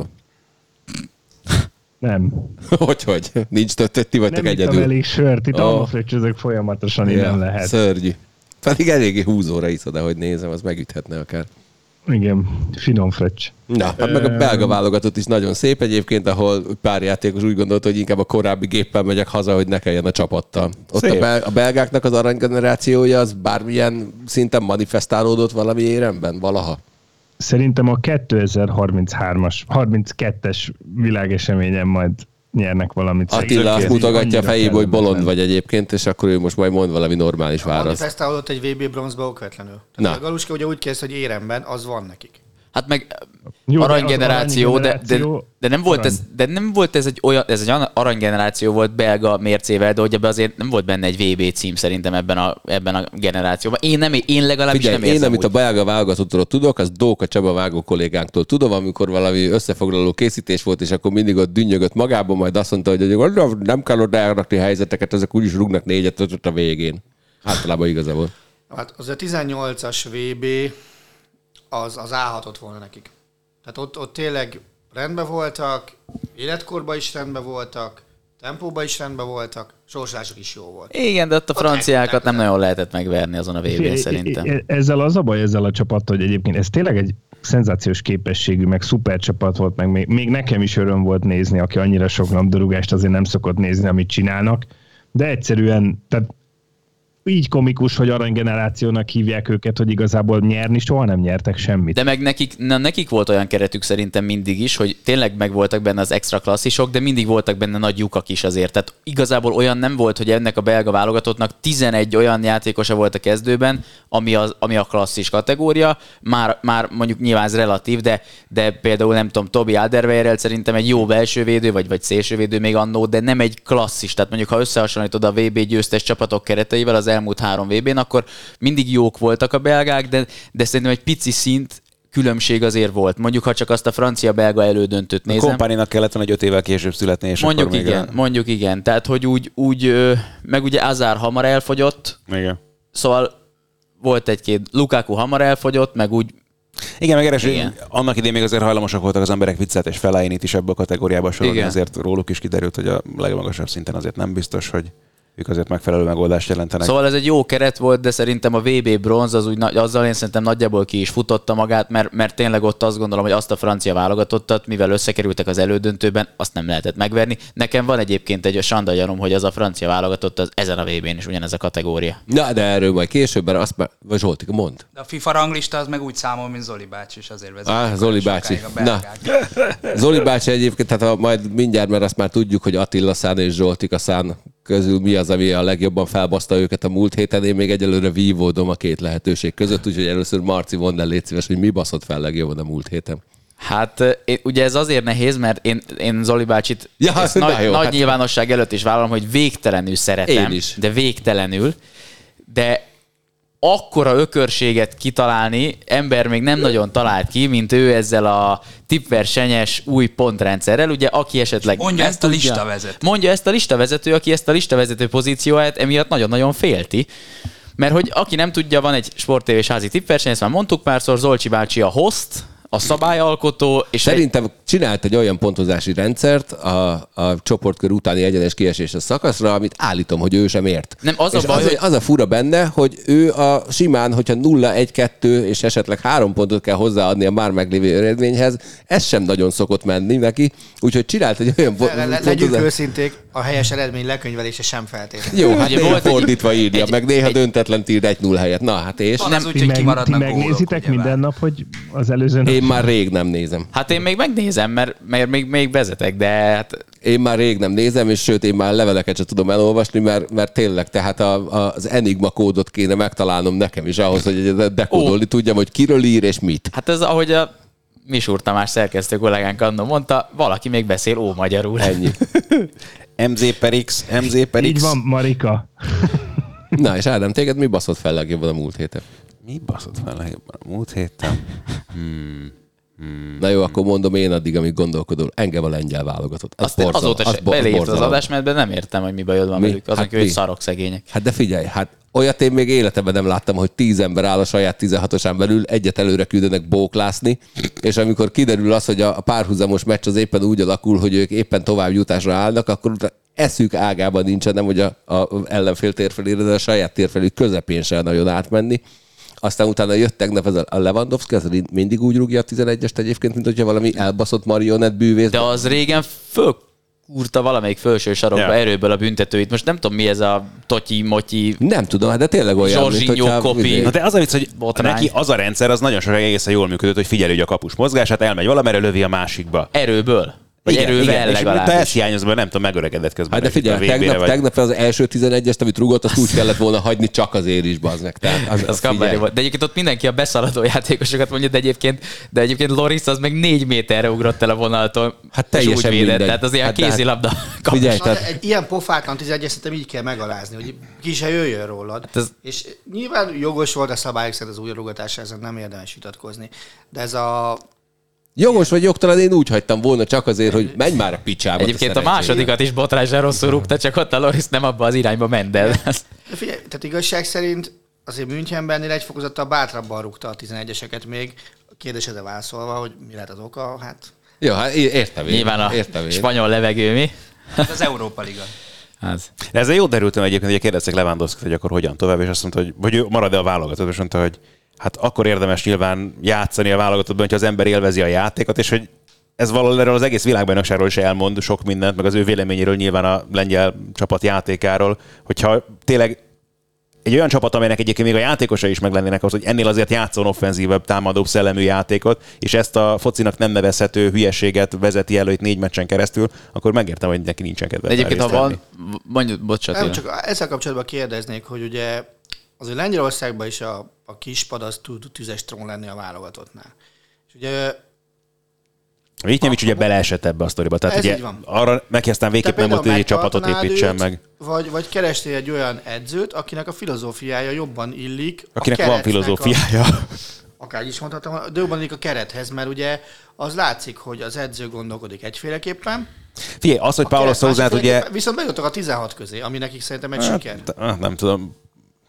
Nem. Hogy? Nincs ti vagytok nem egyedül. Nem elég sört, itt almafröccsözök folyamatosan, innen lehet. Szörnyű. Pedig eléggé húzóra iszod, ahogy nézem, az megüthetne akár. Igen, finom fröccs. Na, hát meg a belga válogatott is nagyon szép egyébként, ahol pár játékos úgy gondolta, hogy inkább a korábbi géppel megyek haza, hogy ne kelljen a csapattal. Ott a belgáknak az aranygenerációja az bármilyen szinten manifestálódott valami éremben, valaha? Szerintem a 2033-as, 32-es világeseményen majd nyernek valamit. Attila azt mutogatja a fejébe, hogy bolond vagy egyébként, és akkor ő most majd mond valami normális választ. Manifestálódott egy VB bronzba okvetlenül. A Galuska ugye úgy kezd, hogy éremben, az van nekik. Hát meg Jó, aranygeneráció, de nem volt arany. nem volt ez egy olyan aranygeneráció volt belga mércével, de ugye azért nem volt benne egy VB cím szerintem ebben a generációban. Én legalábbis Figyelj, nem érzem én, amit a belga válogatottól tudok, az Dóka Csaba vágó kollégánktól tudom, amikor valami összefoglaló készítés volt, és akkor mindig ott dünnyögött magában, majd azt mondta, hogy nem kell oda elrakni helyzeteket, ezek úgyis rúgnak 4-5 a végén. Általában igaza volt. Hát az a 18-as VB az állhatott volna nekik. Tehát ott tényleg rendben voltak, életkorban is rendben voltak, tempóban is rendben voltak, sorsolások is jó volt. Igen, de ott a franciákat nem nagyon lehetett megverni azon a VB-n szerintem. Ezzel az a baj ezzel a csapattal, hogy egyébként ez tényleg egy szenzációs képességű, meg szuper csapat volt, meg még nekem is öröm volt nézni, aki annyira sok labdarúgást azért nem szokott nézni, amit csinálnak, de egyszerűen, tehát így komikus, hogy aranygenerációnak hívják őket, hogy igazából nyerni soha nem nyertek semmit. De meg nekik volt olyan keretük szerintem mindig is, hogy tényleg meg voltak benne az extra klasszisok, de mindig voltak benne nagy lyukak is azért. Tehát igazából olyan nem volt, hogy ennek a belga válogatottnak 11 olyan játékosa volt a kezdőben, ami a klasszis kategória. Már mondjuk nyilván ez relatív, de például nem tudom, Tobi Alderweireld szerintem egy jó belsővédő, vagy szélsővédő még annó, de nem egy klasszis. Tehát mondjuk ha összehasonlítod a VB győztes csapatok kereteivel az elmúlt 3 VB-n, akkor mindig jók voltak a belgák, de szerintem egy pici szint különbség azért volt. Mondjuk, ha csak azt a francia-belga elődöntőt nézem. A Kompáninak kellett volna 5 évvel később születni, és mondjuk akkor igen, mondjuk igen. Tehát, hogy úgy meg ugye Hazard hamar elfogyott, igen. Szóval volt egy-két, Lukaku hamar elfogyott, meg úgy. Igen, meg erre annak idén még azért hajlamosak voltak az emberek viccet és Fellainit is ebbe a kategóriába sorolni, azért róluk is kiderült, hogy a legmagasabb szinten azért nem biztos, hogy ők azért megfelelő megoldást jelentenek. Szóval ez egy jó keret volt, de szerintem a VB bronz az úgy, azzal én szerintem nagyjából ki is futotta magát, mert tényleg ott azt gondolom, hogy azt a francia válogatottat, mivel összekerültek az elődöntőben, azt nem lehetett megverni. Nekem van egyébként egy sanda gyanúm, hogy az a francia válogatott az ezen a VB-n is ugyanez a kategória. Na, de erről majd később, mert azt már, vagy Zsoltik, mond. De a FIFA ranglista az meg úgy számol, mint Zoli bácsi, és azért vezetnek. Zoli bácsi. Na, Zoli bácsi egyébként, tehát majd mindjárt, mert azt már tudjuk, hogy Attila Szán és Zsoltika Szán közül mi az, ami a legjobban felbaszta őket a múlt héten. Én még egyelőre vívódom a két lehetőség között, úgyhogy először Marci, mondd el, légy szíves, hogy mi baszott fel legjobban a múlt héten. Hát ugye ez azért nehéz, mert én Zoli bácsit nagy nyilvánosság előtt is vállalom, hogy végtelenül szeretem. Én is. De végtelenül. De akkora ökörséget kitalálni ember még nem nagyon talált ki, mint ő ezzel a tippversenyes új pontrendszerrel, ugye aki esetleg mondja ezt a listavezető. Mondja ezt a listavezető, aki ezt a listavezető pozícióját emiatt nagyon-nagyon félti. Mert hogy aki nem tudja, van egy Sport TV-s házi tippverseny, ezt már mondtuk párszor, Zolcsi bácsi a host, a szabályalkotó. És szerintem csinált egy olyan pontozási rendszert a csoportkör utáni egyenes kieséses szakaszra, amit állítom, hogy ő sem ért. Nem, az a fura benne, hogy ő a simán, hogyha 0-1-2 és esetleg 3 pontot kell hozzáadni a már meglévő eredményhez, ez sem nagyon szokott menni neki, úgyhogy csinált egy olyan legyünk őszinték, a helyes eredmény lekönyvelése sem feltétlenül. Jó, hát néha fordítva írja, meg néha döntetlent ír 1-0 helyett. Na, hát és? Nem úgy, hogy kimaradnak gólok. Ti megnézitek minden nap, hogy az előző nap? Én már rég nem nézem. Hát én még megnézem, mert még vezetek, de hát... Én már rég nem nézem, és sőt, én már leveleket sem tudom elolvasni, mert tényleg, tehát az Enigma kódot kéne megtalálnom nekem is ahhoz, hogy dekódolni tudjam, hogy kiről ír és mit. Hát ez ahogy a Misúr Tamás szerkesztő kollégánk annó mondta, valaki még beszél magyarul. Ennyi. MZ per X. Így van, Marika. Na, és Ádám, téged mi baszott fel legjobban a múlt héten? Mi baszott fel legjobban a múlt héten? Na jó, akkor mondom én addig, amíg gondolkodol. Engem a lengyel válogatott. Azóta se beleírta az adásmedbe, nem értem, hogy mi bajod van velük. Azon kívül, hogy szarok szegények. Hát de figyelj, olyat én még életemben nem láttam, hogy 10 ember áll a saját 16-osán belül, egyet előre küldenek bóklászni, és amikor kiderül az, hogy a párhuzamos meccs az éppen úgy alakul, hogy ők éppen tovább jutásra állnak, akkor eszük ágában nincsen, nem hogy a ellenfél térfelére, de a saját térfelük közepén sem nagyon átmenni. Aztán utána jött tegnap ez a Lewandowski, az mindig úgy rúgja a 11-est egyébként, mint hogyha valami elbaszott marionett bűvész. De az régen fölkúrta valamelyik felső sarokba erőből a büntetőit. Most nem tudom, mi ez a totyi-motyi... Nem tudom, de tényleg olyan, Zsorzsinyó kopi. Na de az a vicc, hogy neki az a rendszer, az nagyon sokáig egészen jól működött, hogy figyelj, hogy a kapus mozgását elmegy valamerre, lövi a másikba. Erőből. Vagy erővel és legalábbis. te ezt hiányozz, mert nem tudom, megöregedett közben. Hát de figyelj, tegnap az első 11-est, amit rúgott, azt úgy kellett volna hagyni csak azért is, bazd meg. Tehát Az kabari volt. De egyébként ott mindenki a beszaladó játékosokat mondja, de egyébként Loris az meg 4 méterre ugrott el a vonaltól. Hát teljesen úgy védett, mindegy. tehát azért Hát a kézilabda figyelj, Egy ilyen pofátlan 11-es szerintem így kell megalázni, hogy ki se jöjjön rólad. És nyilván jogos volt a szabályok szerint az újrarugatásra, ezen nem érdemes vitatkozni. De ez a... Jogos vagy jogtalan, én úgy hagytam volna csak azért, hogy menj már a picsába. Egyébként a másodikat is botrányra rosszul rúgta, csak ott a Loris nem abba az irányba ment el. De figyelj, tehát igazság szerint azért Münchenbennél egy fokozattal bátrabban rúgta a 11-eseket még. A kérdésedre válaszolva, hogy mi lehet az oka, hát... Jó, hát értem én. Nyilván a értem én. spanyol levegő, mi? Hát az Európa Liga. De ezzel jó derültem egyébként, hogy kérdezték Lewandowskit, hogy akkor hogyan tovább, és azt mondta, hogy ő marad-e a válogatott, és mondta, hogy hát akkor érdemes nyilván játszani a válogatottban, hogyha az ember élvezi a játékot, és hogy ez valahol erről az egész világbajnokságról is elmond sok mindent, meg az ő véleményéről nyilván a lengyel csapat játékáról, hogyha tényleg egy olyan csapat, amelynek egyébként még a játékosai is meg lennének ahhoz, hogy ennél azért játszon offenzívebb, támadóbb szellemű játékot, és ezt a focinak nem nevezhető hülyeséget vezeti elő itt 4 meccsen keresztül, akkor megértem, hogy neki nincsen kedve. Egyébként ha van, mondjuk, bocsánat. Nem, csak ezzel kapcsolatban kérdeznék, hogy ugye azért Lengyelországban is a kispad az tud tüzes trón lenni a válogatottnál. És ugye Vitnyevics ugye beleesett ebbe a sztoriba, tehát ugye arra neki aztán végképp nem volt, hogy egy csapatot építsen meg. Vagy kerestél egy olyan edzőt, akinek a filozófiája jobban illik. Akinek van filozófiája. Akár is mondhatom, de jobban illik a kerethez, mert ugye az látszik, hogy az edző gondolkodik egyféleképpen. Figyelj, az, hogy Paulo Sousát ugye... Viszont bejutottak a 16 közé, ami nekik szerintem egy siker. Nem tudom.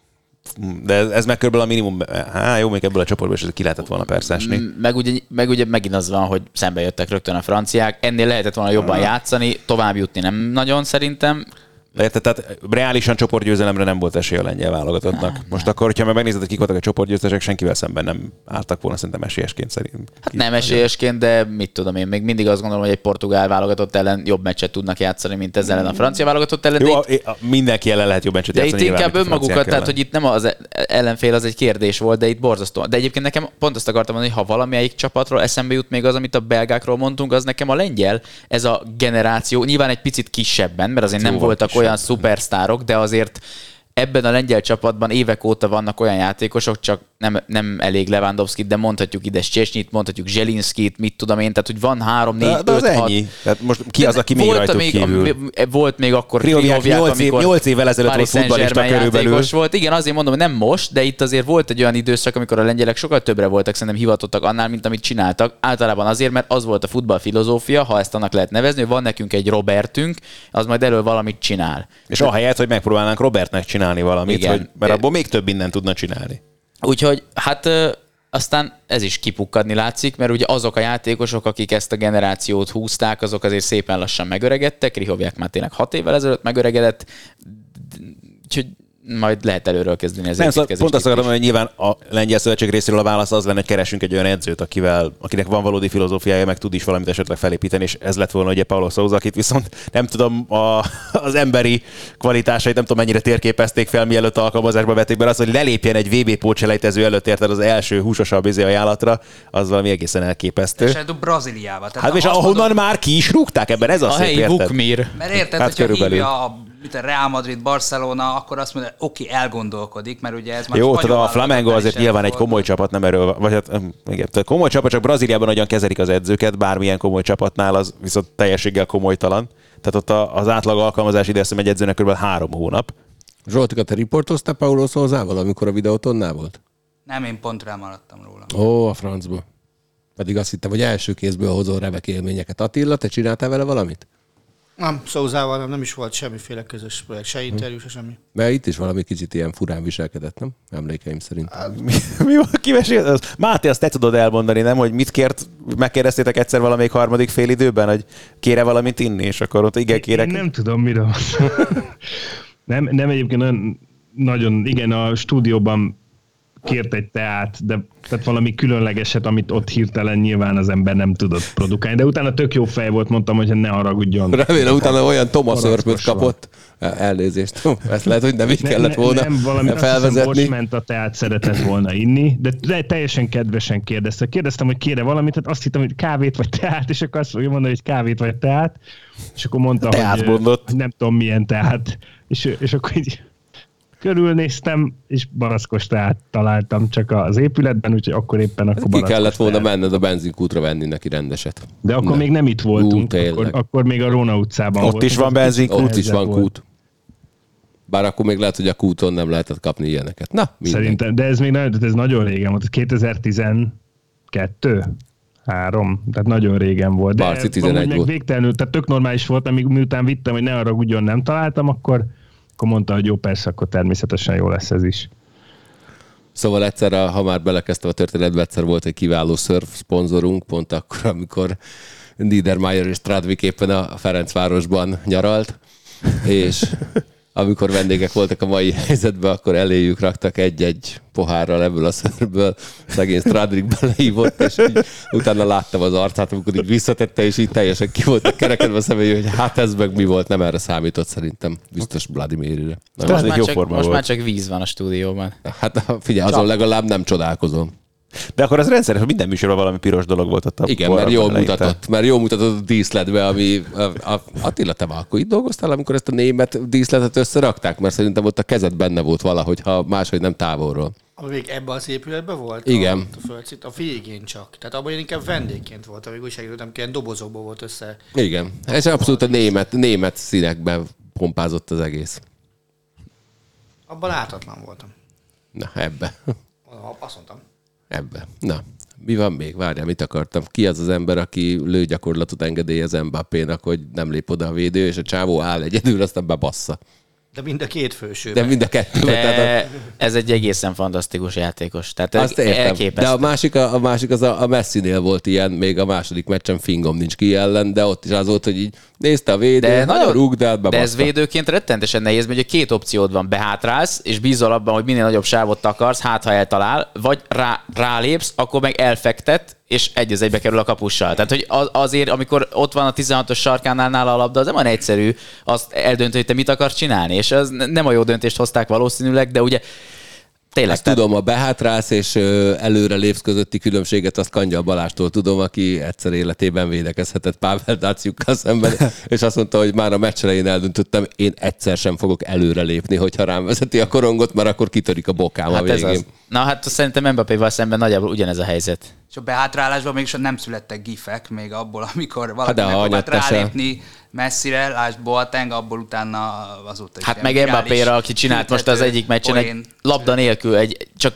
De ez meg körülbelül a minimum. Jó, még ebből a csoportból is ki lehetett volna persze esni. Meg ugye megint az van, hogy szembe jöttek rögtön a franciák. Ennél lehetett volna jobban játszani, tovább jutni nem nagyon szerintem. Érted, tehát reálisan csoportgyőzelemre nem volt esély a lengyel válogatottnak. Most akkor, hogyha meg megnézed, hogy kik voltak a csoportgyőztesek, senkivel szemben nem álltak volna szerintem esélyesként szerint. Hát nem esélyesként, de mit tudom én, még mindig azt gondolom, hogy egy portugál válogatott ellen jobb meccset tudnak játszani, mint ezzel ellen a francia válogatott ellen. Jó, mindenki ellen lehet jobb meccset játszani. De itt inkább önmagukat, tehát hogy itt nem az ellenfél az egy kérdés volt, de itt borzasztó. De egyébként nekem pont azt akartam mondani, hogy ha valamelyik csapatról eszembe jut még az, amit a belgákról mondtunk, az nekem a lengyel, ez a generáció, nyilván egy picit kisebben, mert azért nem voltak olyan szupersztárok, de azért ebben a lengyel csapatban évek óta vannak olyan játékosok, csak nem elég Lewandowskit, de mondhatjuk ide Szczesnyit, mondhatjuk Zselinskit, mit tudom én, tehát hogy van 3, 4, 5, 6. Az ennyi. Tehát most ki az, aki még rajtuk kívül? Volt még akkor Krihovják 8 évvel ezelőtt volt futballista körülbelül. Volt. Igen, azért mondom, hogy nem most, de itt azért volt egy olyan időszak, amikor a lengyelek sokkal többre voltak szerintem hivatottak annál, mint amit csináltak. Általában azért, mert az volt a futball filozófia, ha ezt annak lehet nevezni, hogy van nekünk egy Robertünk, az majd elől valamit csinál. És ahelyett, hogy megpróbálnánk Robertnek csinálni valamit, hogy, mert abból még több mindent tudna csinálni. Úgyhogy hát aztán ez is kipukkadni látszik, mert ugye azok a játékosok, akik ezt a generációt húzták, azok azért szépen lassan megöregedtek, Krihovják már tényleg 6 évvel ezelőtt megöregedett, úgyhogy majd lehet előről kezdeni az építkezést. Pont azt akarom, hogy nyilván a Lengyel Szövetség részéről a válasz az lenne, hogy keresünk egy olyan edzőt, akinek van valódi filozófiája, meg tud is valamit esetleg felépíteni, és ez lett volna ugye Paulo Sousa, akit viszont nem tudom az emberi kvalitásait, nem tudom mennyire térképezték fel, mielőtt alkalmazásba vették be, az, hogy lelépjen egy VB pótselejtező előtt, érted, az első húsosabb ajánlatra, az valami egészen elképesztő. És Brazíliába. Hát és ahonnan már ki is rúgták ebben, ez a szép, helyi Vukmir. Mert érted, hát hogyha hívja a Real Madrid, Barcelona, akkor azt mondja, oké, elgondolkodik, mert ugye ez már... Jó, tehát a Flamengo azért nyilván egy komoly csapat, nem erről, vagy hát igen, komoly csapat, csak Brazíliában nagyon kezelik az edzőket, bármilyen komoly csapatnál, az viszont teljességgel komolytalan. Tehát ott az átlag alkalmazás ide egy edzőnek kb. 3 hónap. Zsoltika, te riportoztál Paulo Sousával, amikor a videótonnál volt? Nem, én pont rámaradtam róla. Ó, a francba. Pedig azt hittem, hogy első kézből hozol remek élményeket. Attila, te csináltál vele valamit? Nem, Sousával nem is volt semmiféle közös projekt, se interjú, se semmi. Mert itt is valami kicsit ilyen furán viselkedett, nem? Emlékeim szerint. Mi volt kimesél? Máté, azt te tudod elmondani, nem? Hogy mit kért? Megkérdeztétek egyszer valamelyik harmadik fél időben, hogy kére valamit inni, és akkor ott igen, kérek. Én nem tudom, mire van. nem egyébként nagyon, igen, a stúdióban kért egy teát, de tehát valami különlegeset, amit ott hirtelen nyilván az ember nem tudott produkálni. De utána tök jó fej volt, mondtam, hogy ne haragudjon. Remélem utána olyan Thomas Örpöt kapott. Elnézést. Ezt lehet, hogy nem így kellett volna nem, valami felvezetni. Ment a teát szeretett volna inni, de teljesen kedvesen kérdezte. Kérdeztem, hogy kére valamit, tehát azt hittem, hogy kávét vagy teát, és akkor azt fogja mondani, hogy kávét vagy teát, és akkor mondta, teát hogy mondott. Nem tudom milyen teát. És akkor így körülnéztem, és barackos teát találtam csak az épületben, úgyhogy akkor éppen akkor Ki kellett volna menned a benzinkútra venni neki rendeset. De akkor még nem itt voltunk, akkor még a Róna utcában ott voltunk. Is van benzinkút. Ott is van kút. Bár akkor még lehet, hogy a kúton nem lehetett kapni ilyeneket. Na, mindegy. Szerintem, de ez még ez nagyon régen volt, 2012? 3, tehát nagyon régen volt. De Marci 11 volt. Végtelenül, tehát tök normális volt, amíg miután vittem, hogy ne haragudjon, nem találtam, akkor mondta, hogy jó, persze, akkor természetesen jó lesz ez is. Szóval egyszer, ha már belekezdtem a történetbe, egyszer volt egy kiváló surf szponzorunk, pont akkor, amikor Niedermayer és Stradvik éppen a Ferencvárosban nyaralt, és amikor vendégek voltak a mai helyzetben, akkor eléjük raktak egy-egy pohárral ebből a szörből, szegény Stradvik belehívott, és így, utána láttam az arcát, amikor így visszatette, és így teljesen ki voltak kerekedve a szemei, hogy hát ez meg mi volt, nem erre számított szerintem, biztos Vladimirre. Most már csak víz van a stúdióban. Hát figyelj, azon legalább nem csodálkozom. De akkor az rendszeres, hogy minden műsorban valami piros dolog volt ott. Igen, mert jól mutatott a díszletbe, ami... Attila, te már akkor itt dolgoztál, amikor ezt a német díszletet összerakták? Mert szerintem ott a kezed benne volt valahogy, ha máshogy nem távolról. Ami még ebben az épületben volt? Igen. A végén csak. Tehát abban én inkább vendégként voltam, még újságírótam, ilyen dobozokból volt össze. Igen. És abszolút a német színekben pompázott az egész. Abban láthatatlan voltam. Na, ebbe. Azt mondtam. Ebbe. Na, mi van még? Várjál, mit akartam? Ki az az ember, aki lőgyakorlatot engedélyez Mbappénak, hogy nem lép oda a védő, és a csávó áll egyedül, aztán bebassza. De mind a két fősőben. De mind a kettőben. De ez egy egészen fantasztikus játékos. Tehát ez elképesztő. De a másik az a Messinél volt ilyen, még a második meccsen fingom nincs ki ellen, de ott is az volt, hogy így nézte a védő, de nagyon rúg, de bebaszta. De ez védőként rettentesen nehéz, mert ugye két opciód van, behátrálsz, és bízol abban, hogy minél nagyobb sávot akarsz, hát ha eltalál, vagy rálépsz, akkor meg elfektet, és egy az egybe kerül a kapussal. Tehát, hogy azért, amikor ott van a 16-os sarkánál nála a labda, az nem olyan egyszerű azt eldönteni, hogy te mit akarsz csinálni, és az nem a jó döntést hozták valószínűleg, de ugye tényleg. Azt tudom, a behátrálsz és előre lépsz közötti különbséget, azt Kangyal Balástól tudom, aki egyszer életében védekezhetett Pável Dáciukkal szemben, és azt mondta, hogy már a meccs elején eldöntöttem, én egyszer sem fogok előre lépni, hogyha rám vezeti a korongot, mert akkor kitörik a bokám a végén. Na hát szerintem Mbappéval szemben nagyjából ugyanez a helyzet. És a behátrálásban még nem születtek gifek, még abból, amikor valaki megpróbált rálépni messzire, lásd Boateng, abból utána azóta is. Hát meg Mbappéra, aki csinált most az egyik meccsen egy labda nélkül, csak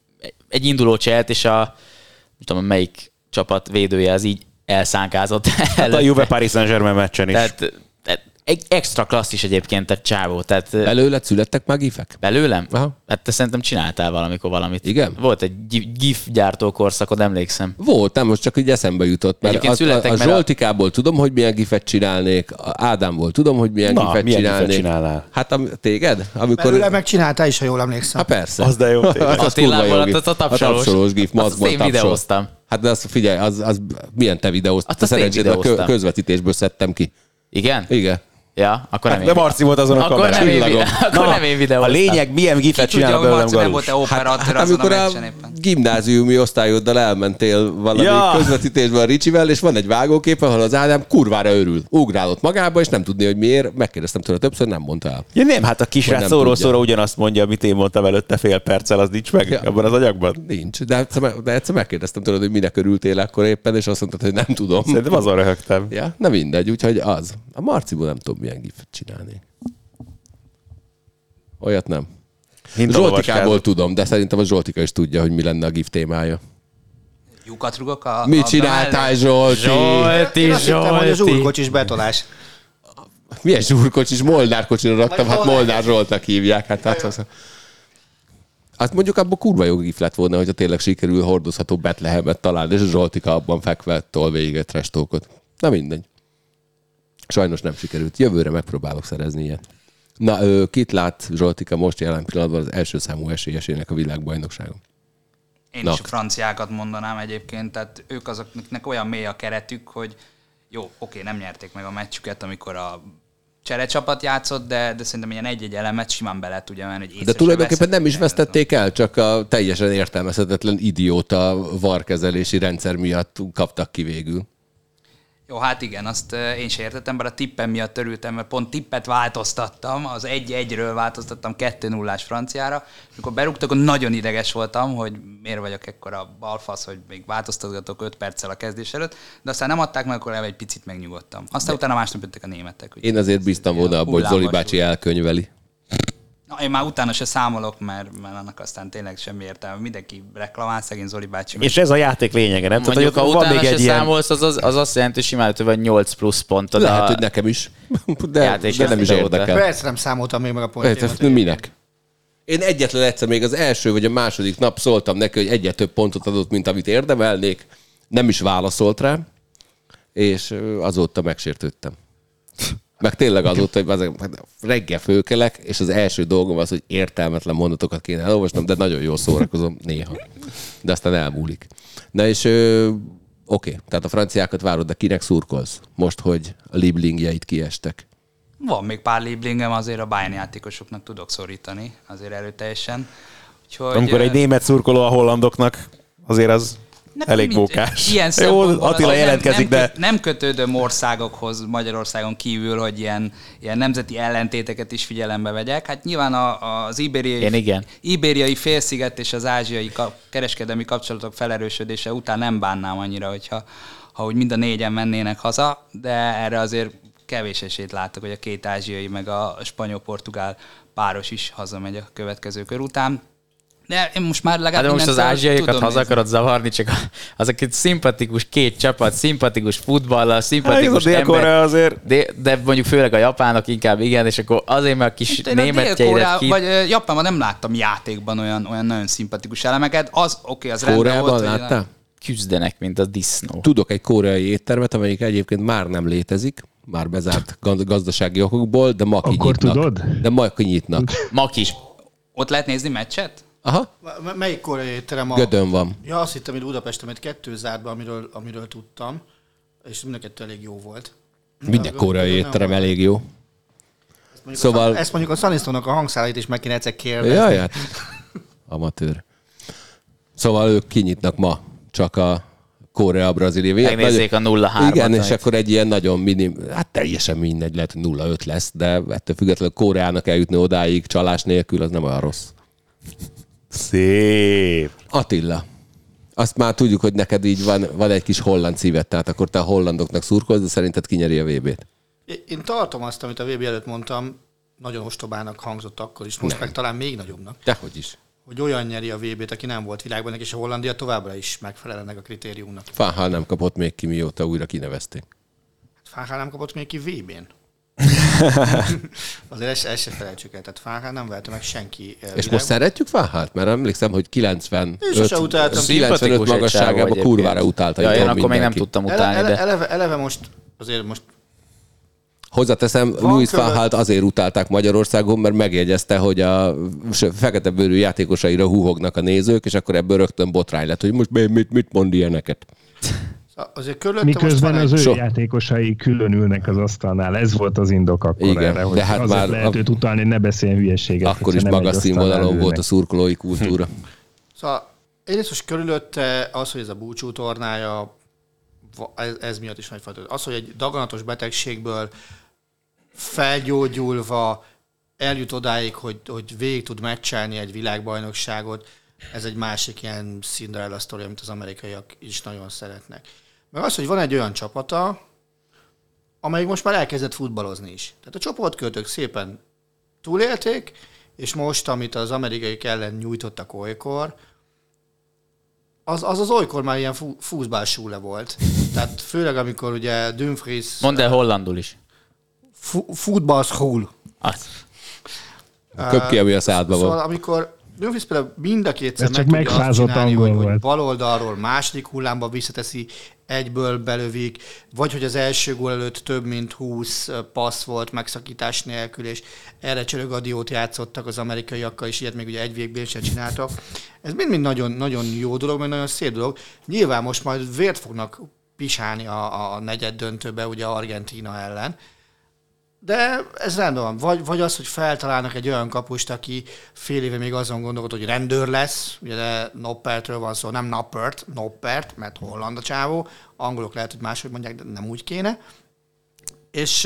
egy induló cselt, és nem tudom, melyik csapat védője az így elszánkázott. Hát a Juve Paris Saint-Germain meccsen is. Tehát egy extra klasszis egyébként a csávó. Tehát, belőled születtek már gifek? Belőlem? Aha. Hát te szerintem csináltál valamikor valamit. Igen? Volt egy gif gyártó korszakod, emlékszem. Volt, nem, most csak így eszembe jutott. Mert a Zsoltikából tudom, hogy milyen gifet csinálnék, Ádámból tudom, hogy milyen gifet csinálnék. Hát téged? Belőle megcsináltál is, ha jól emlékszem. Hát persze. Az de jó. Attilával a tapsolós gif. Azt én videóztam. Hát de azt figyelj, az milyen te videóztál? Te szerencsét a közvetítésből szedtem ki. Igen? Igen. Ja, akkor nem de Marci volt azon a kamerán. Akkor nem én videóztam. A lényeg, milyen gifet csinál belőlem Galus. Nem volt-e operatőr azon a meccsen éppen? Gimnáziumi osztályoddal elmentél valami közvetítésben a Ricsivel, és van egy vágókép, ahol az Ádám kurvára örül. Ugrálott magába, és nem tudni, hogy miért. Megkérdeztem tőle többször, nem mondta el. Ja nem, hát a kisrác szóról ugyanazt mondja, amit én mondtam előtte fél perccel, az nincs meg abban az anyagban? Nincs, de egyszer megkérdeztem tőle, hogy minek örültél akkor éppen, és azt mondtad, hogy nem tudom. Szerintem azon röhögtem. Ja, na mindegy, úgyhogy az. A Marciból nem tudom, milyen gifet csinálni. Olyat nem. Zsoltikából tudom, de szerintem a Zsoltika is tudja, hogy mi lenne a gif témája. Lyukat rugok mit csináltál, Zsolti? Zsolti. Hogy a zsúrkocsis betolás. Milyen zsúrkocsis? Molnár kocsira raktam, hát Molnár Zsoltnak hívják. Hát azt mondjuk abban kurva jó gif lett volna, hogyha tényleg sikerül hordozható Betlehemet találni, és a Zsoltika abban fekve tol végig egy trash talkot. Na mindegy. Sajnos nem sikerült. Jövőre megpróbálok szerezni ilyet. Na, kit lát Zsoltika most jelen pillanatban az első számú esélyesének a világbajnokságon? Én is a franciákat mondanám egyébként, tehát ők azoknak olyan mély a keretük, hogy jó, oké, nem nyerték meg a meccsüket, amikor a cserecsapat játszott, de szerintem ilyen egy-egy elemet simán bele tudja menni, hogy de tulajdonképpen nem is vesztették el, csak a teljesen értelmezhetetlen idióta varkezelési rendszer miatt kaptak ki végül. Jó, hát igen, azt én sem értettem, bár a tippem miatt örültem, mert pont tippet változtattam, az 1-1-ről változtattam 2-0-ás franciára, és amikor berúgtak, akkor nagyon ideges voltam, hogy miért vagyok ekkora balfasz, hogy még változtatgatok 5 perccel a kezdés előtt, de aztán nem adták meg, akkor egy picit megnyugodtam. Aztán utána másnap jöttek a németek. Én azért bíztam volna abban, hogy Zoli bácsi elkönyveli. Na, én már utána se számolok, mert annak aztán tényleg semmi értelme. Mindenki reklamál, szegény Zoli bácsi. És ez a játék lényege, nem? Mondjuk, ha utána se számolsz, az azt jelenti, hogy simán vagy 8 plusz pontod. Lehet, hogy nekem is, de nem is érdekel. Persze nem számoltam még meg a pontjémat. Minek? Én egyetlen egyszer még az első vagy a második nap szóltam neki, hogy egyre több pontot adott, mint amit érdemelnék. Nem is válaszolt rá, és azóta megsértődtem. Meg tényleg azóta, hogy reggel fölkelek, és az első dolgom az, hogy értelmetlen mondatokat kéne elolvasnom, de nagyon jól szórakozom néha. De aztán elmúlik. Na és oké, tehát a franciákat várod, de kinek szurkolsz? Most, hogy a Lieblingjeit kiestek. Van még pár Lieblingem, azért a Bayern játékosoknak tudok szorítani, azért erőteljesen. Úgyhogy, amikor egy német szurkoló a hollandoknak, azért az elég mókás. Ilyen jó, Attila jelentkezik, de... Nem kötődöm országokhoz Magyarországon kívül, hogy ilyen nemzeti ellentéteket is figyelembe vegyek. Hát nyilván az ibériai félsziget és az ázsiai kereskedelmi kapcsolatok felerősödése után nem bánnám annyira, hogyha úgy mind a négyen mennének haza, de erre azért kevés esélyt látok, hogy a két ázsiai meg a spanyol-portugál páros is hazamegy a következő kör után. De én most már legalább most az ázsiaiakat haza akarod zavarni, csak azok egy szimpatikus két csapat, szimpatikus futballal, szimpatikus ember. Azért. De mondjuk főleg a japánok inkább igen, és akkor azért, mert a kis németjeidet ki... Vagy Japánban nem láttam játékban olyan nagyon szimpatikus elemeket. Az rendben Koreában volt. láttál? Küzdenek, mint a disznó. Tudok egy koreai éttermet, amelyik egyébként már nem létezik, már bezárt gazdasági okokból, de ma kinyitnak. Akkor tudod? De ma kinyitnak. Is. Ott lehet nézni meccset? Aha. Melyik koreai étterem? Gödön van. Ja, azt hittem, hogy Budapesten, mert 2 zárt be, amiről tudtam, és mind a 2 elég jó volt. Minden koreai étterem elég jó. Szóval... Ezt mondjuk a Sanisztónak a hangszálait is meg kéne egyszer kérdezni. Jaj, hát. Amatőr. Szóval ők kinyitnak ma, csak a Korea-Brazília. Megnézzék a 0-3-at. Igen, és akkor egy ilyen nagyon hát teljesen mindegy, lehet, hogy 0-5 lesz, de ettől függetlenül Koreának eljutni odáig csalás nélkül, az nem olyan rossz. Szép. Attila, azt már tudjuk, hogy neked így van egy kis holland szíved, tehát akkor te a hollandoknak szurkolsz, de szerinted kinyeri a VB-t? Én tartom azt, amit a VB előtt mondtam, nagyon ostobának hangzott akkor is, most meg talán még nagyobbnak. Dehogy is. Hogy olyan nyeri a VB-t, aki nem volt világban, és a Hollandia továbbra is megfelel ennek a kritériumnak. Van Gaal nem kapott még ki, mióta újra kinevezték. Van Gaal nem kapott még ki VB-n. Azért ezt se felejtsük el, tehát Van Gaal nem vette meg senki. És most szeretjük Van Gaalt? Mert emlékszem, hogy 95 magasságában kurvára utálta. Ja, én akkor még nem tudtam utálni. Eleve most azért hozzáteszem, Louis van Gaalt azért utálták Magyarországon, mert megjegyezte, hogy a fekete bőrű játékosaira húhognak a nézők, és akkor ebből rögtön botrány lett, hogy most mit mond ilyeneket. Miközben az ő játékosai külön ülnek az asztalnál. Ez volt az indok akkor. Igen, erre, hogy de hát azért lehet őt utalni, ne beszéljen hülyeséget. Akkor is magas színvonalon volt a szurkolói kultúra. Szóval egyrészt most körülötte az, hogy ez a búcsú tornája, ez miatt is nagyfajta. Az, hogy egy daganatos betegségből felgyógyulva eljut odáig, hogy végig tud meccselni egy világbajnokságot, ez egy másik ilyen Cinderella sztori, amit az amerikaiak is nagyon szeretnek. Meg az, hogy van egy olyan csapata, amelyik most már elkezdett futballozni is. Tehát a csoportkörtök szépen túlélték, és most, amit az amerikaiak ellen nyújtottak olykor, az olykor már ilyen fußballschule volt. Tehát főleg, amikor ugye Dumfries... Mondd el hollandul is. Futballschule. Az. Köp ki, ami a szádban van. Szóval amikor Dumfries például mind a kétszer meg tudja azt csinálni, hogy bal oldalról második hullámba visszateszi egyből belövik, vagy hogy az első gól előtt több mint 20 passz volt megszakítás nélkül, és erre csörögadiót játszottak az amerikaiakkal, és ilyet még ugye egy végben sem csináltak. Ez mind-mind nagyon, nagyon jó dolog, meg nagyon szép dolog. Nyilván most majd vért fognak pisálni a negyed döntőbe, ugye Argentína ellen, de ez rendben van. Vagy az, hogy feltalálnak egy olyan kapust, aki fél éve még azon gondolkod, hogy rendőr lesz, ugye de Noppertről van szó, nem Noppert, Noppert, mert holland a csávó, angolok lehet, hogy máshogy mondják, de nem úgy kéne. És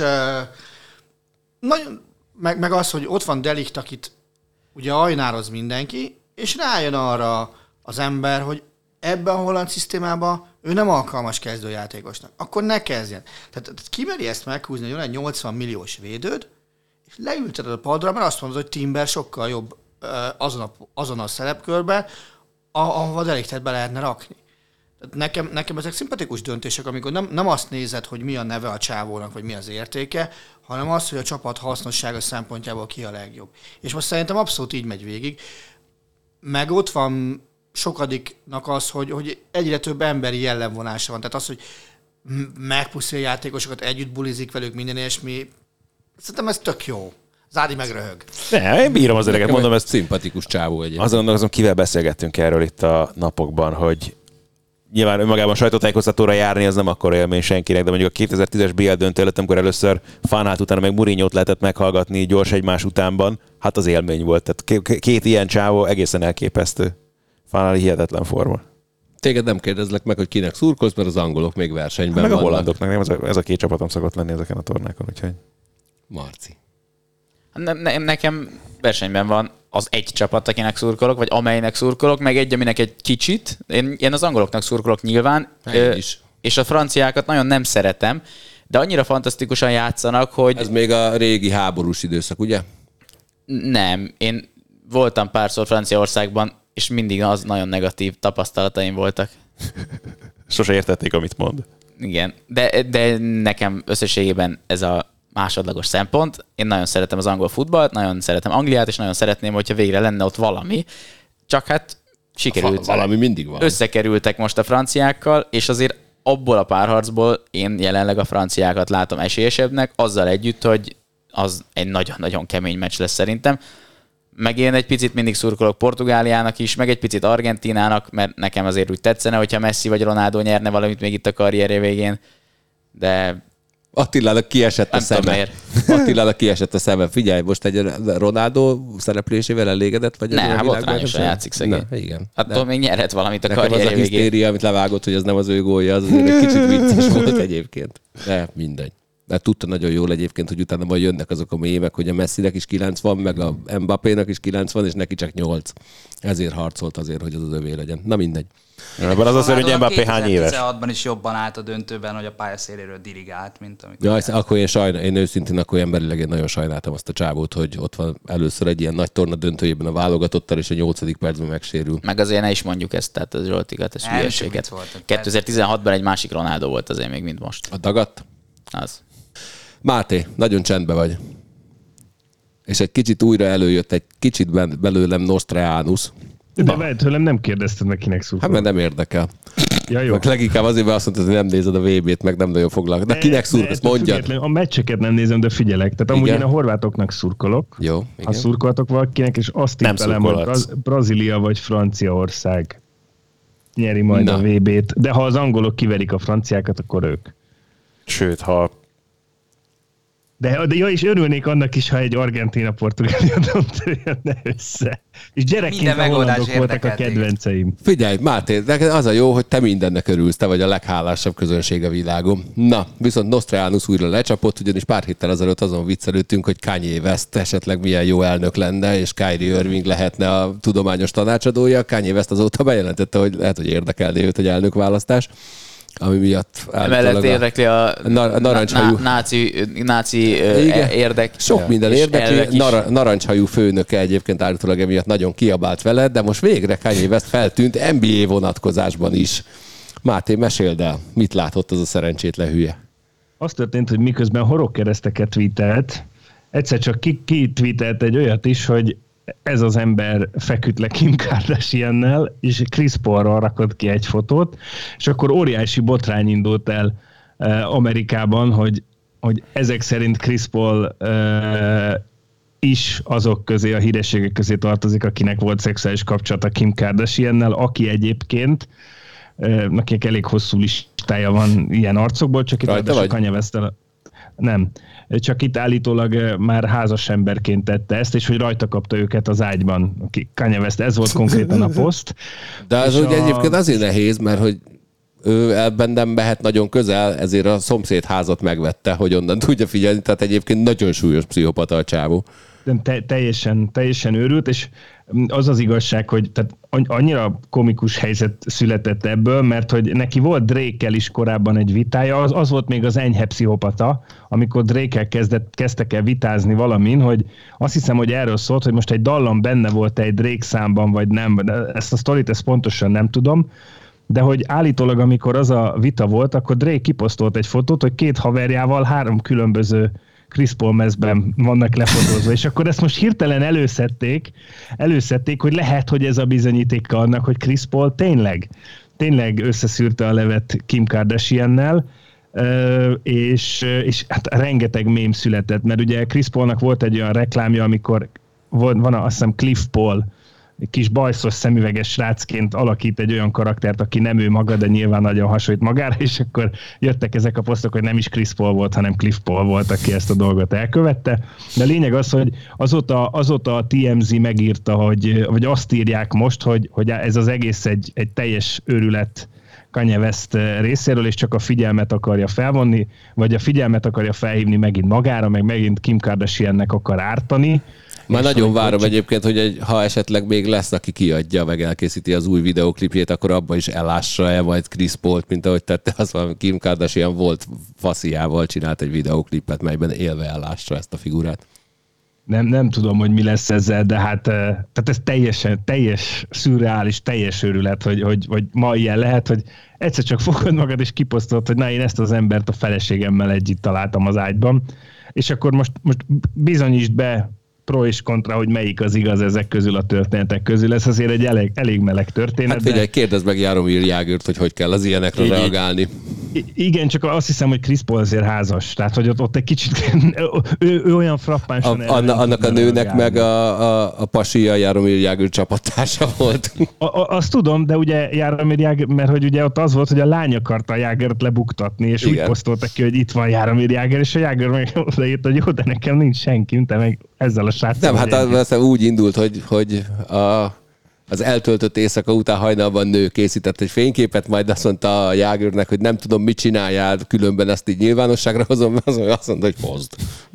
nagyon, meg az, hogy ott van De Ligt, akit ugye ajnároz mindenki, és rájön arra az ember, hogy ebben a holland szisztémában ő nem alkalmas kezdőjátékosnak. Akkor ne kezdjen. Tehát kimeri ezt meghúzni, hogy van egy 80 milliós védőd, és leülteted a padra, mert azt mondod, hogy Timber sokkal jobb azon a szerepkörben, ahova De Lichtet be lehetne rakni. Tehát nekem ezek szimpatikus döntések, amikor nem azt nézed, hogy mi a neve a csávónak, vagy mi az értéke, hanem az, hogy a csapat hasznossága szempontjából ki a legjobb. És most szerintem abszolút így megy végig. Meg ott van sokadiknak az, hogy egyre több emberi jellemvonása van. Tehát az, hogy megpuszil játékosokat, együtt bulizik velük, minden ilyesmi. Szerintem ez tök jó. Zádi megröhög. Ne, én bírom az öreget, mondom ezt. Szimpatikus csávó egyébként. Azon gondolkozom, kivel beszélgettünk erről itt a napokban, hogy nyilván önmagában sajtótájékoztatóra járni az nem akkora élmény senkinek, de mondjuk a 2010-es BL döntő előtt, amikor először Fanhalt utána meg Mourinhót lehetett meghallgatni gyors egymás utánban, hát az élmény volt. Tehát két ilyen csávó egészen elképesztő. Fanhalt hihetetlen forma. Téged nem kérdezlek meg, hogy kinek szurkolsz, mert az angolok még versenyben meg vannak. a hollandoknak, nem ez a két csapatom szokott lenni ezeken a tornákon, úgyhogy... Marci. Nekem versenyben van az egy csapat, akinek szurkolok, vagy amelynek szurkolok, meg egy, aminek egy kicsit. Én az angoloknak szurkolok nyilván, is. És a franciákat nagyon nem szeretem, de annyira fantasztikusan játszanak, hogy... Ez még a régi háborús időszak, ugye? Nem. Én voltam párszor Franciaországban, és mindig az nagyon negatív tapasztalataim voltak. Sose értették, amit mond. Igen, de nekem összességében ez a másodlagos szempont. Én nagyon szeretem az angol futballt, nagyon szeretem Angliát, és nagyon szeretném, hogyha végre lenne ott valami. Csak hát sikerült. Valami mindig van. Összekerültek most a franciákkal, és azért abból a párharcból én jelenleg a franciákat látom esélyesebbnek, azzal együtt, hogy az egy nagyon-nagyon kemény meccs lesz szerintem. Meg én egy picit mindig szurkolok Portugáliának is, meg egy picit Argentínának, mert nekem azért úgy tetszene, hogyha Messi vagy Ronaldo nyerne valamit még itt a karrierje végén. De Attilának kiesett a szeme. Attilának kiesett a szeme. Figyelj, most egy Ronaldo szereplésével elégedett vagy? Ne, botrányosan játszik szegény. Igen. Attól még nyerhet valamit a nekem karrierje végén. Az a hisztéria, amit levágott, hogy az nem az ő gólja, az azért egy kicsit vicces volt egyébként. De mindegy. Mert tudta nagyon jól egyébként, hogy utána majd jönnek azok a mémek, hogy a Messinek is 9 van, meg a Mbappénak is 9 van, és neki csak 8. Ezért harcolt azért, hogy az övé legyen. Na mindegy. Ebben az az, hogy Mbappé hány éves? 2016-ban is jobban állt a döntőben, hogy a pályaszéléről dirigált, mint amikor... Ja, akkor én őszintén akkor emberileg én nagyon sajnáltam azt a csávót, hogy ott van először egy ilyen nagy torna döntőjében a válogatottal, és a 8. percben megsérül. Meg azért ne is mondjuk ezt, tehát az Zsoltikat, ez hülyeséget. 2016-ban egy másik Ronaldo volt azért még, mint most. A dagadt? Az. Máté, nagyon csendbe vagy. És egy kicsit újra előjött, egy kicsit belőlem Nostradamus. De várj, tőlem nem kérdezted meg, kinek szurkolok. Hát mert nem érdekel. Ja, jó. Meg leginkább azért, mert azt mondtad, hogy nem nézed a VB-t, meg nem nagyon foglalkozol. De kinek szurkolsz, mondjad. A meccseket nem nézem, de figyelek. Tehát amúgy én a horvátoknak szurkolok. Jó, igen. igen. Ha szurkoltok valakinek, és azt tippelem, hogy Brazília vagy Franciaország nyeri majd a VB-t. De ha az angolok kiverik a franciákat, akkor ők. Sőt, ha... De jó, és örülnék annak is, ha egy Argentína-Portugália döntő jönne össze. És gyerekként a hollandok voltak a kedvenceim. Figyelj, Máté, neked az a jó, hogy te mindennek örülsz, te vagy a leghálásabb közönség a világon. Na, viszont Nostradamus újra lecsapott, ugyanis pár héttel azelőtt azon viccelődtünk, hogy Kanye West esetleg milyen jó elnök lenne, és Kyrie Irving lehetne a tudományos tanácsadója. Kanye West azóta bejelentette, hogy lehet, hogy érdekelné őt egy elnökválasztás, ami miatt emellett érdekli a narancshajú náci érdek. Sok minden érdekli. Narancshajú főnöke egyébként állítólag emiatt nagyon kiabált vele, de most végre Kanye West feltűnt NBA vonatkozásban is. Máté, meséld el, mit látott az a szerencsétlen hülye? Az történt, hogy miközben horogkereszteket tweetelt, egyszer csak ki tweetelt egy olyat is, hogy ez az ember feküdt le Kim Kardashiannel, és Chris Paulról rakott ki egy fotót, és akkor óriási botrány indult el Amerikában, hogy ezek szerint Chris Paul is azok közé, a hírességek közé tartozik, akinek volt szexuális kapcsolata Kim Kardashiannel, aki egyébként, akinek elég hosszú listája van ilyen arcokból, csak itt a Kanye West-tel. Nem. Csak itt állítólag már házas emberként tette ezt, és hogy rajta kapta őket az ágyban. Kanye West, ez volt konkrétan a poszt. De az ugye egyébként azért nehéz, mert hogy ő ebben nem mehet nagyon közel, ezért a szomszéd házat megvette, hogy onnan tudja figyelni, tehát egyébként nagyon súlyos pszichopata a csávó. Teljesen őrült, és az az igazság, hogy tehát annyira komikus helyzet született ebből, mert hogy neki volt Drake-kel is korábban egy vitája, az volt még az enyhe pszichopata, amikor Drake-kel kezdtek el vitázni valamin, hogy azt hiszem, hogy erről szólt, hogy most egy dallam benne volt egy Drake számban, vagy nem, ezt a sztorit, ezt pontosan nem tudom, de hogy állítólag, amikor az a vita volt, akkor Drake kiposztolt egy fotót, hogy 2 haverjával 3 különböző Chris Paul mezben vannak lefotózva, és akkor ezt most hirtelen előszedték, hogy lehet, hogy ez a bizonyítéka annak, hogy Chris Paul tényleg összeszűrte a levet Kim Kardashiannel, és hát rengeteg mém született, mert ugye Chris Paulnak volt egy olyan reklámja, amikor van azt hiszem Cliff Paul, egy kis bajszos szemüveges srácként alakít egy olyan karaktert, aki nem ő maga, de nyilván nagyon hasonlít magára, és akkor jöttek ezek a posztok, hogy nem is Chris Paul volt, hanem Cliff Paul volt, aki ezt a dolgot elkövette. De a lényeg az, hogy azóta a TMZ megírta, vagy azt írják most, hogy ez az egész egy teljes őrület Kanye West részéről, és csak a figyelmet akarja felvonni, vagy a figyelmet akarja felhívni megint magára, meg megint Kim Kardashiannek akar ártani. Már nagyon várom egyébként, hogy ha esetleg még lesz, aki kiadja, meg elkészíti az új videoklipjét, akkor abban is elássa-e majd Chris Paul-t, mint ahogy tette, az van, Kim Kardashian volt fasziával csinált egy videoklipet, melyben élve elássa ezt a figurát. Nem tudom, hogy mi lesz ezzel, de hát tehát ez teljes szürreális, teljes őrület, hogy ma ilyen lehet, hogy egyszer csak fogod magad és kiposztolod, hogy na, én ezt az embert a feleségemmel együtt találtam az ágyban, és akkor most bizonyítsd be pro és kontra, hogy melyik az igaz ezek közül a történetek közül. Ez azért egy elég meleg történet. Hát figyelj, kérdezd meg Jaromir Jágrt, hogy kell az ilyenekre reagálni. Igen, csak azt hiszem, hogy Chris Paul azért házas. Tehát, hogy ott egy kicsit ő olyan frappánsan... Annak a nőnek meg a pasia Jaromir Jágr csapattársa volt. Azt tudom, de ugye Jaromir Jágr, mert hogy ugye ott az volt, hogy a lány akarta a Jágrt lebuktatni, és igen. Úgy posztoltak ki, hogy itt van Jaromir Jágr, és a Jágr meg odaírt, hogy jó, de nekem nincs senki, te meg ezzel a sráccal. Nem, hát úgy indult, hogy az eltöltött éjszaka után hajnalban nő készített egy fényképet, majd azt mondta a Jágörnek, hogy nem tudom, mit csináljál, különben ezt így nyilvánosságra hozom, azt mondta, hogy hozd.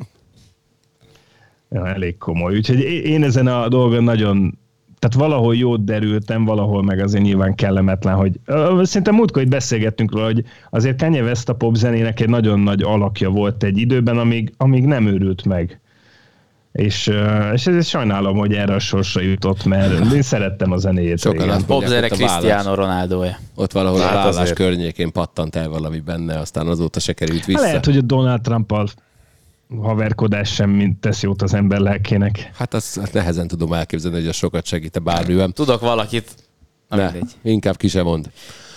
Ja, elég komoly. Úgyhogy én ezen a dolgon nagyon, tehát valahol jót derültem, valahol meg azért nyilván kellemetlen, hogy szerintem múltkor itt beszélgettünk róla, hogy azért Kanye West a popzenének egy nagyon nagy alakja volt egy időben, amíg nem őrült meg. És ezért sajnálom, hogy erre a sorsra jutott, mert én szerettem a zenéjét. Sokan azt Popzene Cristiano Ronaldo-ja. Ott valahol a vállás környékén pattant el valami benne, aztán azóta se került vissza. Lehet, hogy a Donald Trump-al haverkodás sem tesz jót az ember lelkének. Hát azt nehezen tudom elképzelni, hogy az sokat segít a bármiben. Tudok valakit. Inkább ki sem mond.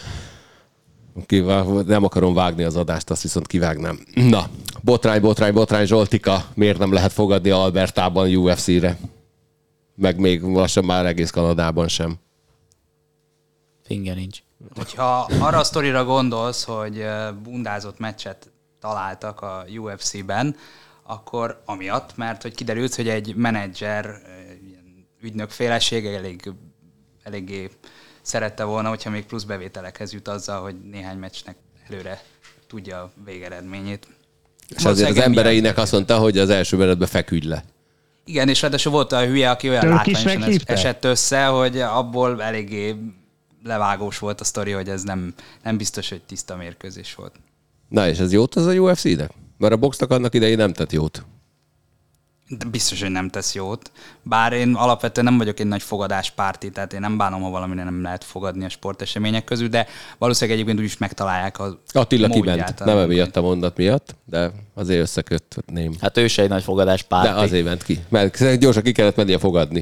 Nem akarom vágni az adást, azt viszont kivágnám. Na, botrány, Zsoltika, miért nem lehet fogadni Albertában UFC-re? Meg még lassan már egész Kanadában sem. Finger nincs. Hogyha arra a sztorira gondolsz, hogy bundázott meccset találtak a UFC-ben, akkor amiatt, mert hogy kiderült, hogy egy menedzser, ügynökféleség eléggé szerette volna, hogyha még plusz bevételekhez jut azzal, hogy néhány meccsnek előre tudja a végeredményét. És azért az embereinek azt mondta, hogy az első menetben feküdj le. Igen, és ráadásul volt a hülye, aki olyan látványosan esett össze, hogy abból eléggé levágós volt a sztori, hogy ez nem biztos, hogy tiszta mérkőzés volt. Na és ez jót az a UFC-nek? Mert a boxnak annak idején nem tett jót. De biztos, hogy nem tesz jót. Bár én alapvetően nem vagyok egy nagy fogadáspárti, tehát én nem bánom, ha valamire nem lehet fogadni a sportesemények közül, de valószínűleg egyébként úgyis megtalálják a Attila kiment, nem emiatt a mondat miatt, de azért összekötném. Hát ő se egy nagy fogadáspárti. De azért ment ki, mert gyorsan ki kellett mennie fogadni.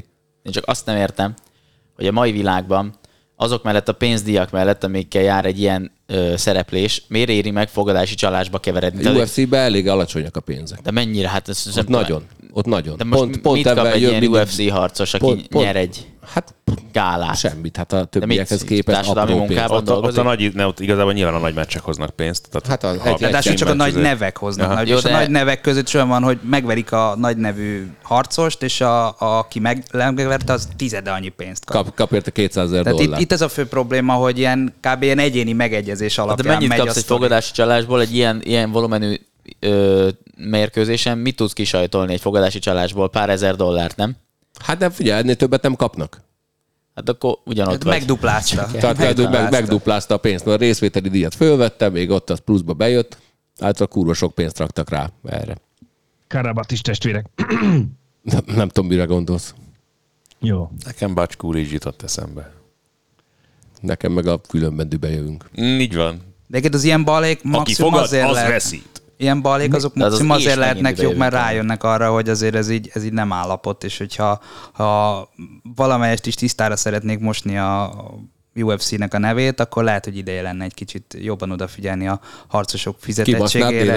Én csak azt nem értem, hogy a mai világban azok mellett a pénzdíjak mellett, amikkel jár egy ilyen szereplés, miért éri meg fogadási csalásba keveredni? A UFC-ben elég alacsonyak a pénzek. De mennyire? Hát ez Ott nagyon. Ott nagyon. De most mit kap egy ilyen UFC harcos, aki nyer egy gálát? Semmit, hát a többiekhez képest társadalmi apró pénz. munkában Ott igazából nyilván a nagy meccsek hoznak pénzt. Tehát De csak a nagy nevek hoznak. És a nagy nevek között olyan van, hogy megverik a nagy nevű harcost, és aki megverte, az tizede annyi pénzt kap. Kap érte $200,000. Itt ez a fő probléma, hogy ilyen kb. Ilyen egyéni megegyezés alapján de mennyit megy kapsz egy fogadási csalásból egy ilyen volumenű mérkőzésen? Mit tudsz kisajtolni egy fogadási csalásból? Pár $1000, nem? Hát de figyelj, ennél többet nem kapnak. Hát akkor ugyanott vagy. Megduplázta. Tehát megduplázta a pénzt, mert a részvételi díjat fölvette, még ott az pluszba bejött, általában kurva sok pénzt raktak rá erre. Karabatis testvérek. Nem tudom, mire gondolsz. Jó. Nekem Butch Coolidge jutott eszembe. Nekem meg a különben jövünk. Így van. De egyébként az ilyen balék Aki maximum fogad, azért az lehet. veszít. Ilyen balék azok De az maximum azért lehetnek megint jók, mert bejövünk. rájönnek arra, hogy azért ez így nem állapot, és hogyha valamelyest is tisztára szeretnék mosni a UFC-nek a nevét, akkor lehet, hogy ideje lenne egy kicsit jobban odafigyelni a harcosok fizetettségére.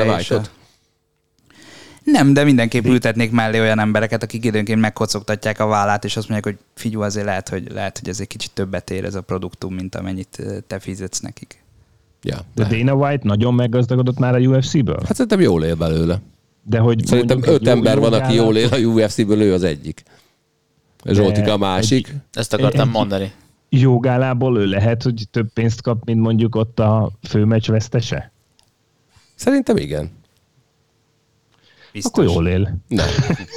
Nem, de mindenképp ültetnék mellé olyan embereket, akik időnként megkocogtatják a vállát, és azt mondják, hogy figyelj, azért lehet, hogy ez egy kicsit többet ér ez a produktum, mint amennyit te fizetsz nekik. Ja, De Dana White nagyon meggazdagodott már a UFC-ből? Hát szerintem jól él belőle. De hogy Szerintem 5 ember van, aki jól él a UFC-ből, ő az egyik. Zsoltika a másik. Ezt akartam mondani. Jó gálából ő lehet, hogy több pénzt kap, mint mondjuk ott a főmeccs vesztese? Szerintem igen. Biztos. Akkor jól él. Nem.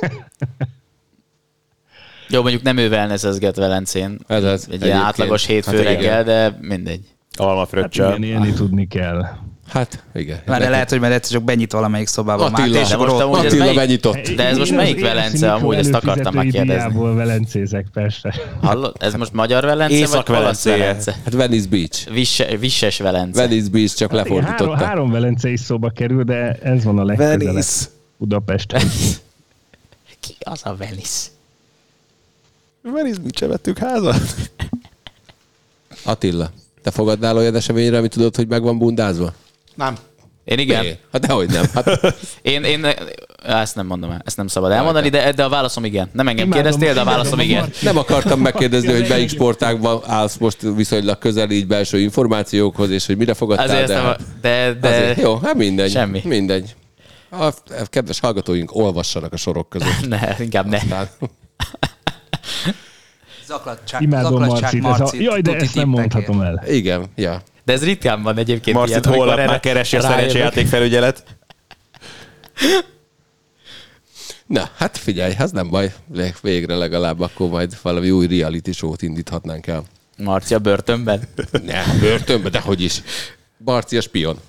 Jó, mondjuk nem ő wellnessezget Velencén. Ez az. Egy ilyen Egyébként. átlagos hétfő Hát igen. reggel, de mindegy. Hát Almafröccsel. igen, élni tudni kell. Hát igen. Már de lehet, hogy majd egyszer csak benyit valamelyik szobában. Attila, de most amúgy ez Attila melyik- benyitott. De ez most melyik Velence? Amúgy ezt akartam megkérdezni. Mikro velencézek, persze. Hallod? Ez most magyar Velence, vagy olasz Észak-Velencéje. Velence? Hát Venice Beach. Visses Velence. Venice Beach, csak lefordította. Három Velence is szóba kerül, de ez van a legközelebb Budapesten. Ki az a Venice? Venice Beach-e vettük házat? Attila, te fogadnál olyan eseményre, amit tudod, hogy meg van bundázva? Nem. Én igen. Hát dehogy nem. Hát, Én ezt nem mondom el, ezt nem szabad elmondani, de a válaszom igen. Nem engem Imádom, kérdeztél, de a válaszom imádom a igen. Marci. nem akartam megkérdezni, hogy melyik sportágban állsz most viszonylag közel így belső információkhoz, és hogy mire fogadtál, Azért de... nem, de Azért, jó, hát mindegy. Semmi. Mindegy. A kedves hallgatóink olvassanak a sorok között. ne, inkább ne. Aztán- Imádom Marcit. Jaj, de ezt nem mondhatom el. Igen, ja. De ez ritkán van egyébként. Marcit ilyen, holnap amikor már keresi a rájövök. szerencsejátékfelügyelet. Na, hát figyelj, ez nem baj. Végre legalább akkor majd valami új reality show-t indíthatnánk el. Marci a börtönben? Ne, börtönbe, dehogy is. Barci a spion.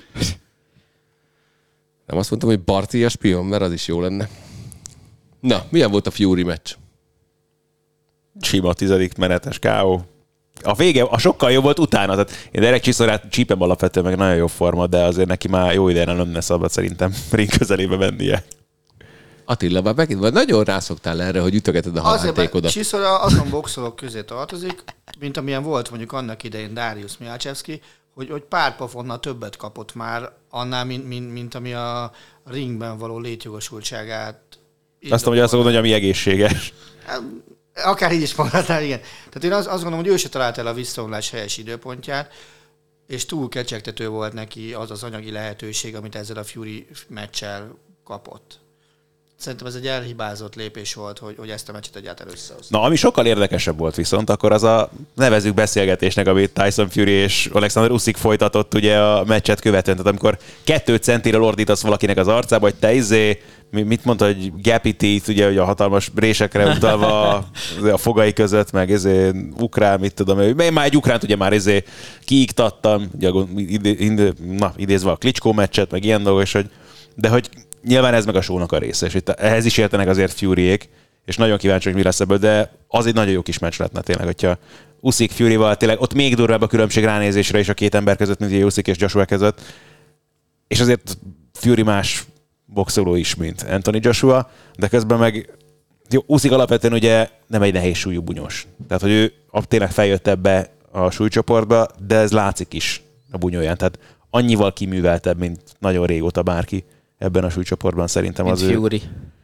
Nem azt mondtam, hogy Barci a spion, mert az is jó lenne. Na, milyen volt a Fury meccs? Sima 10. menetes K.O. A vége a sokkal jobb volt utána. Tehát én Derek Chisora csípem alapvetően meg nagyon jó forma, de azért neki már jó ideje nem lenne szabad szerintem ring közelébe mennie. Attila, már megint vagy nagyon rászoktál erre, hogy ütögeted a Azért, mert haláltékodat. Csiszora azon boxolók közé tartozik, mint amilyen volt mondjuk annak idején Darius Mihalcevski, hogy pár pofonnal többet kapott már annál, mint ami a ringben való létjogosultságát. Azt mondom, hogy azt mondom, hogy ami egészséges. Akár így is mondhatnál, igen. Tehát én azt gondolom, hogy ő se talált el a visszavonulás helyes időpontját, és túl kecsegtető volt neki az az anyagi lehetőség, amit ezzel a Fury meccsel kapott. Szerintem ez egy elhibázott lépés volt, hogy ezt a meccset egyáltalán összehozta. Na, ami sokkal érdekesebb volt viszont, akkor az a nevezük beszélgetésnek, amit Tyson Fury és Alexander Usyk folytatott ugye a meccset követően. Tehát amikor 2 centiről ordítasz valakinek az arcába, hogy te mit mondta, hogy gappy teeth, ugye, hogy a hatalmas résekre utalva a fogai között, meg ukrán, mit tudom, én már egy ukránt ugye már kiiktattam, ugye, idézve a Klitschko meccset, meg ilyen dolgok, és de hogy nyilván ez meg a show-nak a része, és itt ehhez is értenek azért Furyék, és nagyon kíváncsi, hogy mi lesz ebből, de az egy nagyon jó kis meccs lehetne tényleg, hogyha Usyk Furyval tényleg ott még durvább a különbség ránézésre is a két ember között, mint Usyk és Joshua között, és azért Fury más boxoló is, mint Anthony Joshua, de közben meg Jó, Usyk alapvetően ugye nem egy nehéz súlyú bunyós. Tehát, hogy ő tényleg feljött ebbe a súlycsoportba, de ez látszik is a bunyóján. Tehát annyival kiműveltebb, mint nagyon régóta bárki ebben a súlycsoportban szerintem Mint az ő... Fury.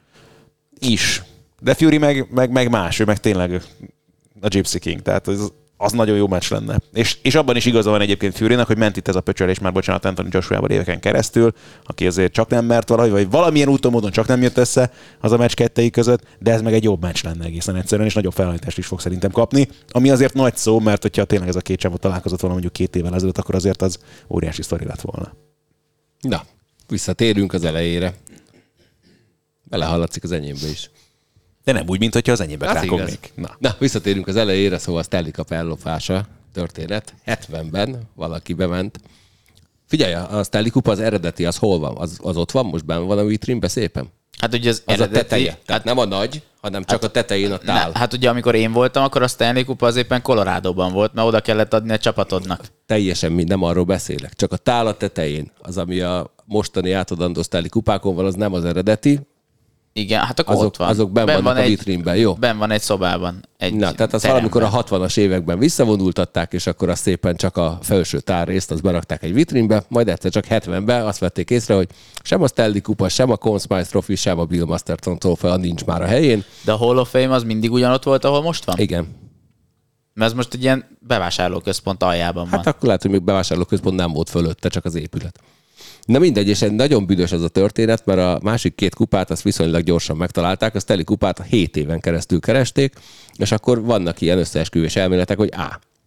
Is. De Fury meg más, ő meg tényleg a Gypsy King, tehát az nagyon jó meccs lenne. És abban is igaza van egyébként Furynak, hogy ment itt ez a pöcsölés már, bocsánat, Anthony Joshua-val éveken keresztül, aki azért csak nem mert valahogy, vagy valamilyen úton módon csak nem jött össze az a meccs kettei között, de ez meg egy jobb meccs lenne egészen egyszerűen, és nagyobb felhajtást is fog szerintem kapni, ami azért nagy szó, mert hogyha tényleg ez a két csapat találkozott volna mondjuk 2 évvel ezelőtt, akkor azért az óriási sztori lett volna. Na, visszatérünk az elejére. Belehallatszik az enyémbe is. De nem úgy, mint hogyha az enyémbe krákognék. Na, visszatérünk az elejére, szóval a Stanley Cup ellopása történet. 70-ben valaki bement. Figyelj, a Stanley Cup az eredeti, az hol van? Az ott van most, benn van a vitrínben szépen? Hát ugye az A eredeti... teteje. Tehát nem a nagy, hanem csak a tetején a tál. Hát ugye amikor én voltam, akkor a Stanley Cup az éppen Colorado-ban volt, mert oda kellett adni a csapatodnak. Teljesen nem arról beszélek. Csak a tál a tetején. Az, ami a mostani átadandó Stanley Kupákon van, az nem az eredeti. Igen, hát akkor ott van. Azok benn vannak a vitrínben, jó? Benn van egy szobában. Na, tehát az valamikor a 60-as években visszavonultatták, és akkor azt szépen csak a felső tárrészt, azt berakták egy vitrínbe, majd egyszer csak 70-ben azt vették észre, hogy sem a Stanley Kupa, sem a Conn Smythe Trophy, sem a Bill Masterton trófea nincs már a helyén. De a Hall of Fame az mindig ugyanott volt, ahol most van? Igen. Mert ez most egy ilyen bevásárlóközpont aljában van. Hát akkor lehet, hogy még bevásárlóközpont nem volt fölötte, csak az épület. Na mindegy, és nagyon büdös az a történet, mert a másik 2 kupát azt viszonylag gyorsan megtalálták, a Stanley Kupát 7 éven keresztül keresték, és akkor vannak ilyen összeesküvés elméletek, hogy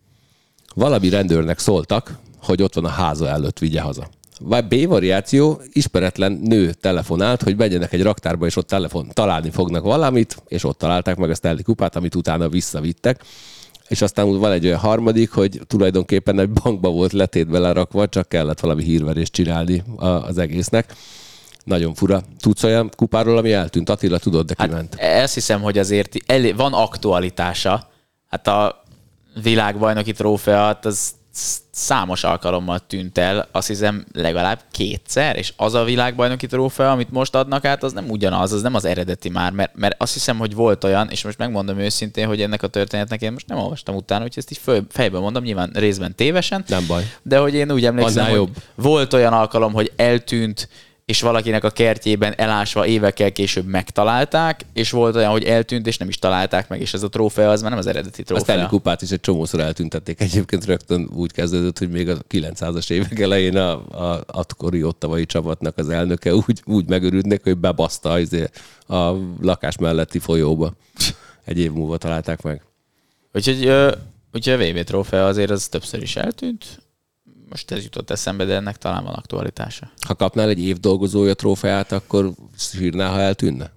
valami rendőrnek szóltak, hogy ott van a háza előtt, vigye haza. Vagy B variáció, ismeretlen nő telefonált, hogy menjenek egy raktárba, és ott találni fognak valamit, és ott találták meg a Stanley Kupát, amit utána visszavittek. És aztán van egy olyan harmadik, hogy tulajdonképpen egy bankba volt letétbe lerakva, csak kellett valami hírverést csinálni az egésznek. Nagyon fura. Tudsz olyan kupáról, ami eltűnt? Attila, tudod, de kiment? Hát ezt hiszem, hogy azért van aktualitása. Hát a világbajnoki trófeát az számos alkalommal tűnt el, azt hiszem legalább 2-szer, és az a világbajnoki trófea, amit most adnak át, az nem ugyanaz, az nem az eredeti már, mert azt hiszem, hogy volt olyan, és most megmondom őszintén, hogy ennek a történetnek én most nem olvastam utána, úgyhogy ezt így fejben mondom, nyilván részben tévesen. Nem baj. De hogy én úgy emlékszem, annál hogy volt olyan alkalom, hogy eltűnt, és valakinek a kertjében elásva évekkel később megtalálták, és volt olyan, hogy eltűnt, és nem is találták meg, és ez a trófea az már nem az eredeti trófea. A Stanley Kupát is egy csomószor eltüntették. Egyébként rögtön úgy kezdődött, hogy még a 900-as évek elején a akkori ottavai csapatnak az elnöke úgy megörülnek, hogy bebaszta a lakás melletti folyóba. Egy év múlva találták meg. Úgyhogy a VB trófea azért az többször is eltűnt. Most ez jutott eszembe, de ennek talán van aktualitása. Ha kapnál egy év dolgozója trófeát, akkor sírnál, ha eltűnne?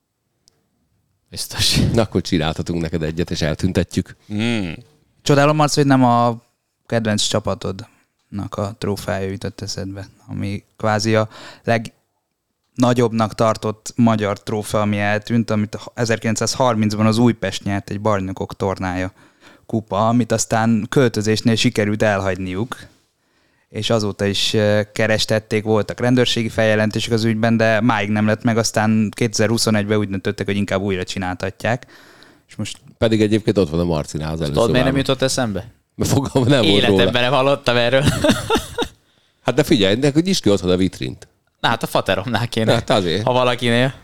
Biztos. Na, akkor csináltatunk neked egyet, és eltüntetjük. Csodálom, Marci, hogy nem a kedvenc csapatodnak a trófeája jutott eszedbe, ami kvázi a legnagyobbnak tartott magyar trófea, ami eltűnt, amit 1930-ban az Újpest nyert, egy bajnokok tornája kupa, amit aztán költözésnél sikerült elhagyniuk, és azóta is kerestették, voltak rendőrségi feljelentések az ügyben, de máig nem lett meg, aztán 2021-ben úgy döntöttek, hogy inkább újra csináltatják. És most... Pedig egyébként ott van a Marcinál az előszobában. Tudod, miért nem jutott eszembe? Fogalmam nem volt róla. Életemben nem hallottam erről. Hát de figyelj, de nyisd ki otthon a vitrint. Na hát a fateromnál kéne. Hát azért. Ha valakinél.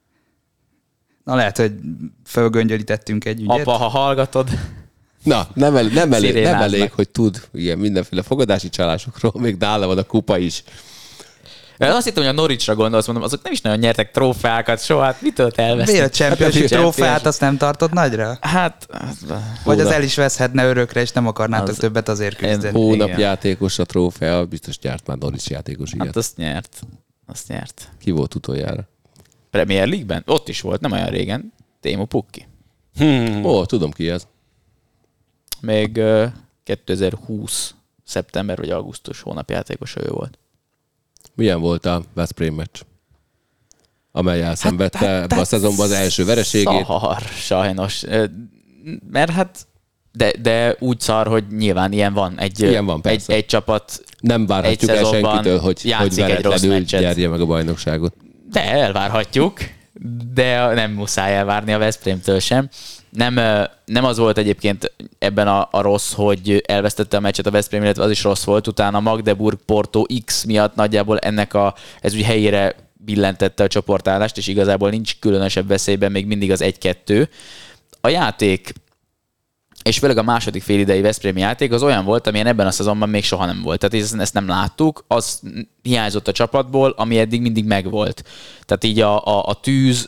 Na lehet, hogy fölgöngyölítettünk egy ügyet. Apa, ha hallgatod. Na, nem elég, hogy tud ilyen mindenféle fogadási csalásokról, még nála van a kupa is. Azt hittem, hogy a Norwichra gondolsz, mondom, azok nem is nagyon nyertek trófeákat soha, hát mitől elvesztek? Miért a Championship trófeát azt nem tartod nagyra? Hát... Vagy az el is veszhetne örökre, és nem akarnátok többet azért küzdeni. Hónapjátékos a trófea, biztos nyert már Norwich játékos ilyet. Hát azt nyert. Ki volt utoljára? Premier League-ben? Ott is volt, nem olyan régen. Teemu Pukki. Ó, tudom ki ez. Még 2020 szeptember vagy augusztus hónapjátékos ő volt. Milyen volt a Veszprém meccs? Amely elszenvedte ebben a szezonban az első vereségét. Szar, sajnos. Mert hát, de úgy szar, hogy nyilván ilyen van. Egy csapat nem várhatjuk el senkitől, hogy játszik egy rossz veretlenül meccset. gyerje meg a bajnokságot. De elvárhatjuk. de nem muszáj elvárni a Veszprémtől sem. Nem az volt egyébként ebben a rossz, hogy elvesztette a meccset a Veszprém, illetve az is rossz volt. Utána Magdeburg Porto X miatt nagyjából ez úgy helyére billentette a csoportállást, és igazából nincs különösebb veszélyben még mindig az 1-2. A játék, és főleg a második félidei veszprémi játék az olyan volt, amilyen ebben a szezonban még soha nem volt. Tehát ezt nem láttuk, az hiányzott a csapatból, ami eddig mindig megvolt. Tehát így a tűz,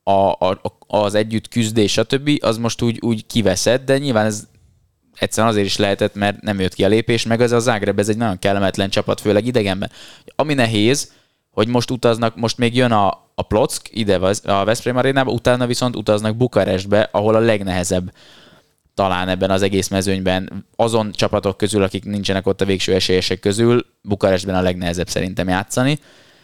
az együtt küzdés, stb. Az most úgy kiveszett, de nyilván ez egyszerűen azért is lehetett, mert nem jött ki a lépés, meg az a Zágráb, ez egy nagyon kellemetlen csapat, főleg idegenben. Ami nehéz, hogy most utaznak, most még jön a Plock ide a Veszprém arénába, utána viszont utaznak Bukarestbe, ahol a legnehezebb talán ebben az egész mezőnyben. Azon csapatok közül, akik nincsenek ott a végső esélyesek közül, Bukarestben a legnehezebb szerintem játszani.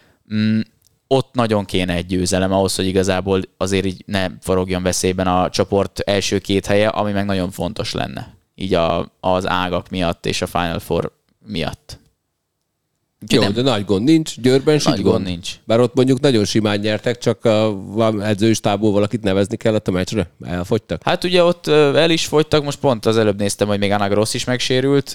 Ott nagyon kéne egy győzelem ahhoz, hogy igazából azért így ne forogjon veszélyben a csoport első két helye, ami meg nagyon fontos lenne. Így az ágak miatt és a Final Four miatt. Jó, de nagy gond nincs, Győrben sincs nagy gond nincs. Bár ott mondjuk nagyon simán nyertek, csak van edzőstából valakit nevezni kellett a meccsre. Elfogytak. Hát ugye ott el is fogytak, most pont az előbb néztem, hogy még Anna Gross is megsérült.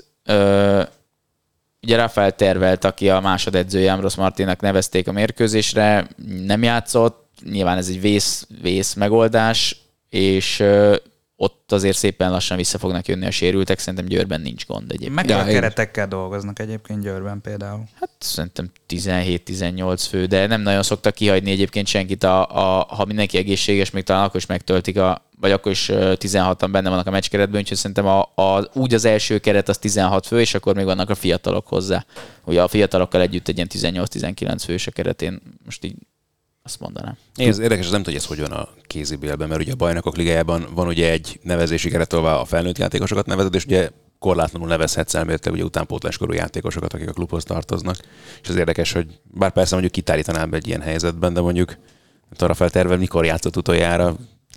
Ugye Rafael Tervelt, aki a másodedzője, Ambros Martinnak nevezték a mérkőzésre, nem játszott, nyilván ez egy vész megoldás, és ott azért szépen lassan vissza fognak jönni a sérültek, szerintem Győrben nincs gond egyébként. Mekkora keretekkel dolgoznak egyébként Győrben például? Hát szerintem 17-18 fő, de nem nagyon szoktak kihagyni egyébként senkit, ha mindenki egészséges, még talán akkor is megtöltik, vagy akkor is 16-an benne vannak a meccskeretben, úgyhogy szerintem úgy az első keret az 16 fő, és akkor még vannak a fiatalok hozzá. Ugye a fiatalokkal együtt egy ilyen 18-19 fős a keretén, most így azt mondanám. Ez érdekes, nem tudja, hogy van a kézibélben, mert ugye a Bajnokok Ligájában van ugye egy nevezési keret, ahol a felnőtt játékosokat nevezed, és ugye korlátlanul nevezhetsz elméletileg ugye utánpótláskorú játékosokat, akik a klubhoz tartoznak. És az érdekes, hogy bár persze mondjuk kitárítanám egy ilyen helyzetben, de mondjuk Rafael Tervel mikor játszott utoljára?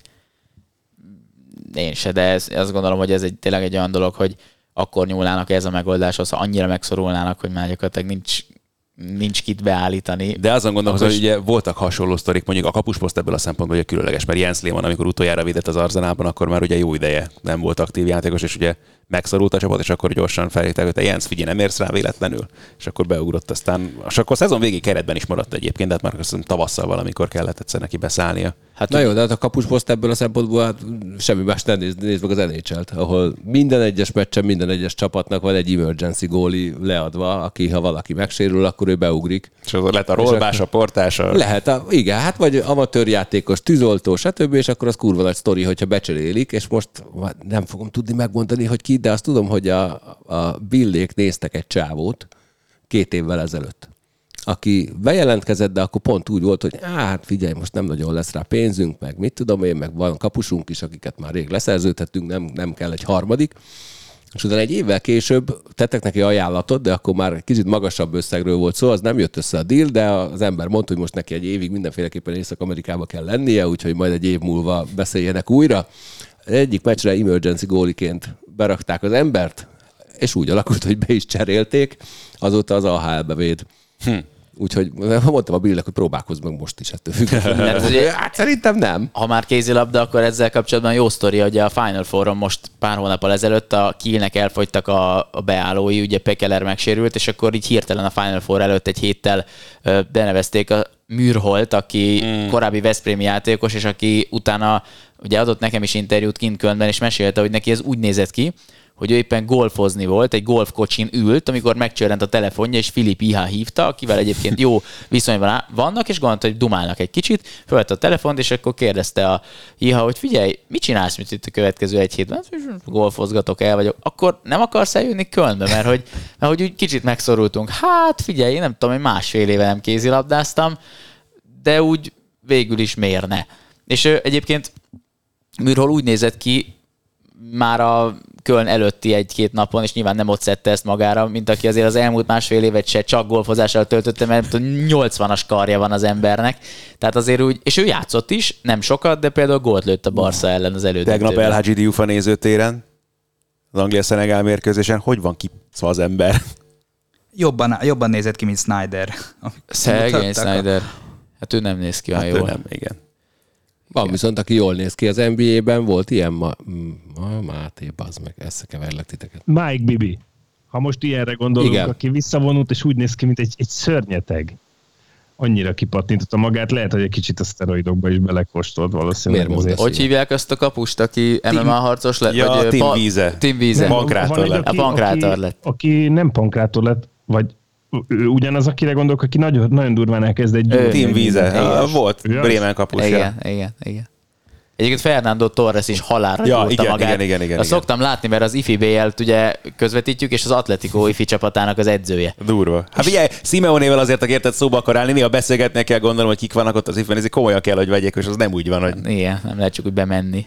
Én se, de azt gondolom, hogy ez tényleg egy olyan dolog, hogy akkor nyúlnának ez a megoldáshoz, ha annyira megszorulnának, hogy már gyakorlatilag nincs kit beállítani. De azon gondolom, hogy ugye voltak hasonló sztorik, mondjuk a kapusposzt ebből a szempontból ugye különleges, mert Jens Lehmann, amikor utoljára védett az Arzenálban, akkor már ugye jó ideje nem volt aktív játékos, és ugye megszorult a csapat, és akkor gyorsan felhívták, hogy te Jens, figyelj, nem érsz rá véletlenül, és akkor beugrott aztán. És akkor a szezon végig keretben is maradt egyébként, de hát már azt tavasszal valamikor kellett egyszer neki beszállnia. Hát na jó, de hát a kapusposzt ebből a szempontból hát semmi más nem nézd meg az NHL-t, ahol minden egyes meccsen minden egyes csapatnak van egy emergency góli leadva, aki ha valaki megsérül, akkor ő beugrik. És az lehet a rollbás, a portás. Lehet, igen, hát vagy amatőrjátékos, tűzoltó, stb., és akkor az kurva nagy sztori, hogyha becserélik, és most nem fogom tudni megmondani, hogy ki, de azt tudom, hogy a Billék néztek egy csávót 2 évvel ezelőtt, aki bejelentkezett, de akkor pont úgy volt, hogy hát figyelj, most nem nagyon lesz rá pénzünk, meg mit tudom én, meg van kapusunk is, akiket már rég leszerződhettünk, nem kell egy harmadik. És utána egy évvel később tettek neki ajánlatot, de akkor már kicsit magasabb összegről volt szó, az nem jött össze a deal, de az ember mondta, hogy most neki egy évig mindenféleképpen Észak-Amerikába kell lennie, úgyhogy majd egy év múlva beszéljenek újra. Egyik meccsre emergency góliként berakták az embert, és úgy alakult, hogy be is cserélték, azóta az AHL-be véd. Úgyhogy mondtam a Billnek, hogy próbálkozz meg most is ettől függetlenül. Hát szerintem nem. Ha már kézilabda, akkor ezzel kapcsolatban jó sztori, hogy a Final Four-on most pár hónappal ezelőtt a Kielnek elfogytak a beállói, ugye Pekeler megsérült, és akkor így hirtelen a Final Four előtt egy héttel benevezték a Műrholt, aki korábbi veszprémi játékos, és aki utána ugye adott nekem is interjút kint Kölnben, és mesélte, hogy neki ez úgy nézett ki, hogy ő éppen golfozni volt, egy golfkocsin ült, amikor megcsörrent a telefonja, és Filip Ihá hívta, akivel egyébként jó viszonyban vannak, és gondolta, hogy dumálnak egy kicsit, fölvette a telefont, és akkor kérdezte a Ihá, hogy figyelj, mit csinálsz itt a következő egy hétben? Golfozgatok, el vagyok. Akkor nem akarsz eljönni Kölnbe, mert hogy úgy kicsit megszorultunk. Hát figyelj, én nem tudom, hogy 1,5 éve nem kézilabdáztam, de úgy végül is miért ne. És egyébként Műrhol úgy nézett ki, már a Köln előtti 1-2 napon, és nyilván nem ott szedte ezt magára, mint aki azért az elmúlt 1,5 évet se csak golfozással töltötte, mert 80-as karja van az embernek. Tehát azért úgy, és ő játszott is, nem sokat, de például gólt lőtt a Barca ellen az elődöntőben. Tegnap El Hadji Diouf a nézőtéren, az Anglia-Szenegál mérkőzésen, hogy van kipszva az ember? Jobban nézett ki, mint Snyder. Szegény Snyder. Hát ő nem néz ki olyan jól. Nem, igen. Van viszont, aki jól néz ki az NBA-ben, volt ilyen Máté, bazd meg, összekeverlek titeket. Mike Bibi. Ha most ilyenre gondolunk, Igen. aki visszavonult, és úgy néz ki, mint egy szörnyeteg. Annyira kipattintotta magát, lehet, hogy egy kicsit a szteroidokba is belekóstolt valószínűleg. Miért mondasz? Hogy hívják azt a kapust, aki MMA harcos lett? Ja, vagy Tim Wiese. Tim Wiese. Nem, Pankrátor van egy, lett. A pankrátor lett. Aki nem pankrátor lett, vagy ő ugyanaz, akire gondolok, aki nagyon durván elkezd egy gyúrni. Tim Wiese. Igen. Volt Ő az? Bremen kapusja. Igen. Egyébként Fernando Torres is halálra gyúrta magát. Igen. Azt szoktam látni, mert az IFI BL-t ugye közvetítjük, és az Atletico IFI csapatának az edzője. Durva. Hát figyelj, Simeonével azért, érted, szóba akar állni, néha beszélgetni kell, gondolom, hogy kik vannak ott az IFI-ben, ezért komolyan kell, hogy vegyék, és az nem úgy van, hogy... Igen, nem lehet csak úgy bemenni.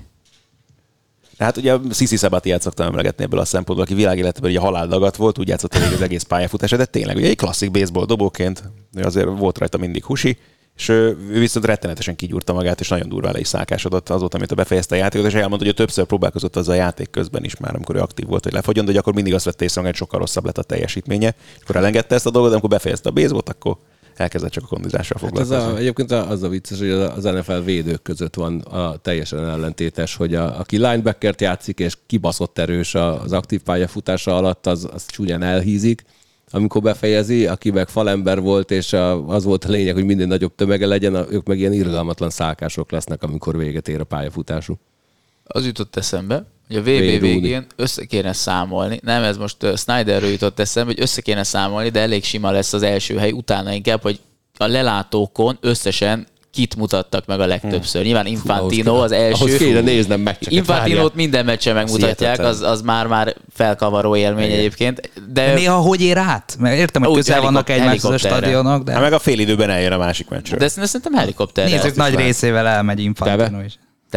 Hát ugye Sisi Sabatiát szoktam emlegetni ebből a szempontból, aki világéletben ugye haláldagat volt, úgy játszott végig az egész pályafutása, de tényleg ugye egy klasszik baseball dobóként azért volt rajta mindig husi, és ő viszont rettenetesen kigyúrta magát, és nagyon durván le is szálkásodott azóta, amit befejezte a játékot, és elmondta, hogy többször próbálkozott azzal a játék közben is már, amikor ő aktív volt, hogy lefogjon, de hogy akkor mindig azt vette észre, hogy sokkal rosszabb lett a teljesítménye, és akkor elengedte ezt a dolgot, de amikor befejezte a baseballt, akkor elkezdett csak a kondizással foglalkozni. Egyébként az a vicces, hogy az NFL védők között van a teljesen ellentétes, hogy aki linebackert játszik, és kibaszott erős az aktív pályafutása alatt, az csúnyán elhízik. Amikor befejezi, aki meg falember volt, és az volt a lényeg, hogy minden nagyobb tömege legyen, ők meg ilyen irgalmatlan szálkások lesznek, amikor véget ér a pályafutásuk. Az jutott eszembe, hogy a VB végén össze kéne számolni. Nem, ez most Snyderről jutott eszembe, hogy össze kéne számolni, de elég sima lesz az első hely. Utána inkább, hogy a lelátókon összesen kit mutattak meg a legtöbbször. Nyilván Infantino az első. Ahhoz kéne néznem meccseket. Infantinót minden meccsen megmutatják, az már felkavaró élmény egyébként. De néha hogy ér át? Mert értem, hogy közel vannak egymáshoz a stadionok, de... Hát meg a fél időben eljön a másik meccsről. De szerintem helikopterre. Nézzük, nagy részével elmegy Infantino is.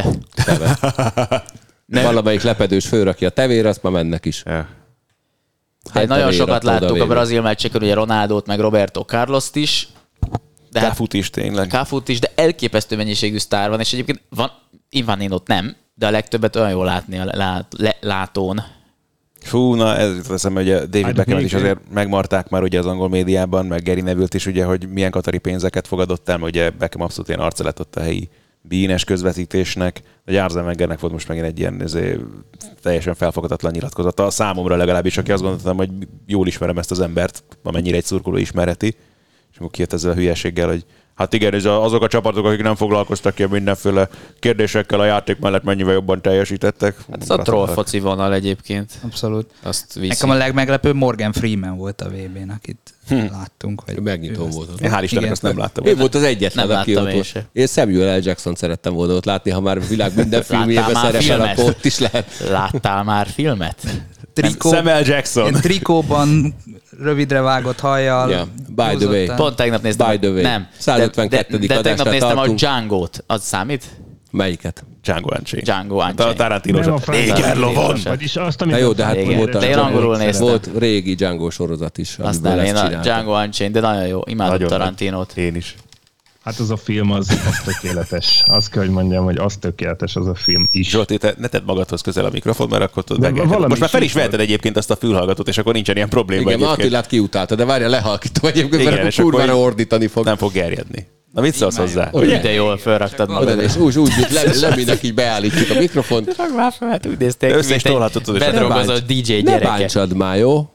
Valamelyik lepedős fölrakja a tevére, azt már mennek is. Ja. Hát nagyon sokat láttuk a brazil meccseken, ugye Ronaldót, meg Roberto Carlost is. Cafut is tényleg. Cafut is, de elképesztő mennyiségű sztár van, és egyébként van, Infantinót nem, de a legtöbbet olyan jól látni a látón. Fú, na ez jut eszembe, hogy a David Beckhamet is azért megmarták már ugye az angol médiában, meg Gary Neville-t is ugye, hogy milyen katari pénzeket fogadott el, mert ugye Beckham abszolút ilyen arca lett ott a helyi bínes közvetítésnek, de Arzenwengernek volt most megint egy ilyen teljesen felfoghatatlan nyilatkozata. Számomra legalábbis, aki azt gondoltam, hogy jól ismerem ezt az embert, amennyire egy szurkoló ismerheti, és akkor kijött ezzel a hülyeséggel, hogy hát igen, ez azok a csapatok, akik nem foglalkoztak ki mindenféle kérdésekkel a játék mellett mennyivel jobban teljesítettek. Hát ez a troll foci vonal egyébként. Abszolút. Azt viszi. Nekem a legmeglepőbb Morgan Freeman volt a VB-n, akit láttunk. Hogy Megnyitó volt ott. Én hál' Istennek azt nem láttam. Ő volt az egyetlen, Nem aki láttam ott én volt. se. Én Samuel L. Jackson szerettem volna ott látni, ha már világ minden filmjében már szerepel, filmet? akkor ott is lehet. Láttál már filmet? Samuel Jackson. Ilyen trikóban, rövidre vágott hajjal. Yeah. By the way. Pont tegnap néztem. By the way. Nem. 152. De tegnap adásnál néztem tartunk. a Django-t. Az számít? Melyiket? Django Unchained. Django A Unchained. Tarantino Nem a Néger lovon. Vagyis azt, amit Na jó, de hát Igen, volt, de én angolul néztem. volt régi Django sorozat is, Azt amiből nem, ezt én a csináltak. Django Unchained, de nagyon jó. Imádom Nagyon Tarantinót. Én is. Hát az a film, az tökéletes. Azt kell, hogy mondjam, hogy az tökéletes az a film is. Zsolti, te ne tedd magadhoz közel a mikrofon, mert akkor tudod De megérteni. valami Most már fel is is volt. veheted egyébként azt a fülhallgatót, és akkor nincsen ilyen probléma Igen, egyébként. Attilát kiutálta, de várja, lehalkítom egyébként, Igen, mert és akkor kurvára akkor így ordítani fog. Nem fog gerjedni. Na mit szólsz hozzá? Ugye? De jól felraktad Oda magad. néz, úgy, Leminek így beállítjuk a mikrofont. Csak már fel, hát úgy nézték, De össze is tolhatod, tudod, és bedrogozott DJ Ne gyereke. bántsad már, jó?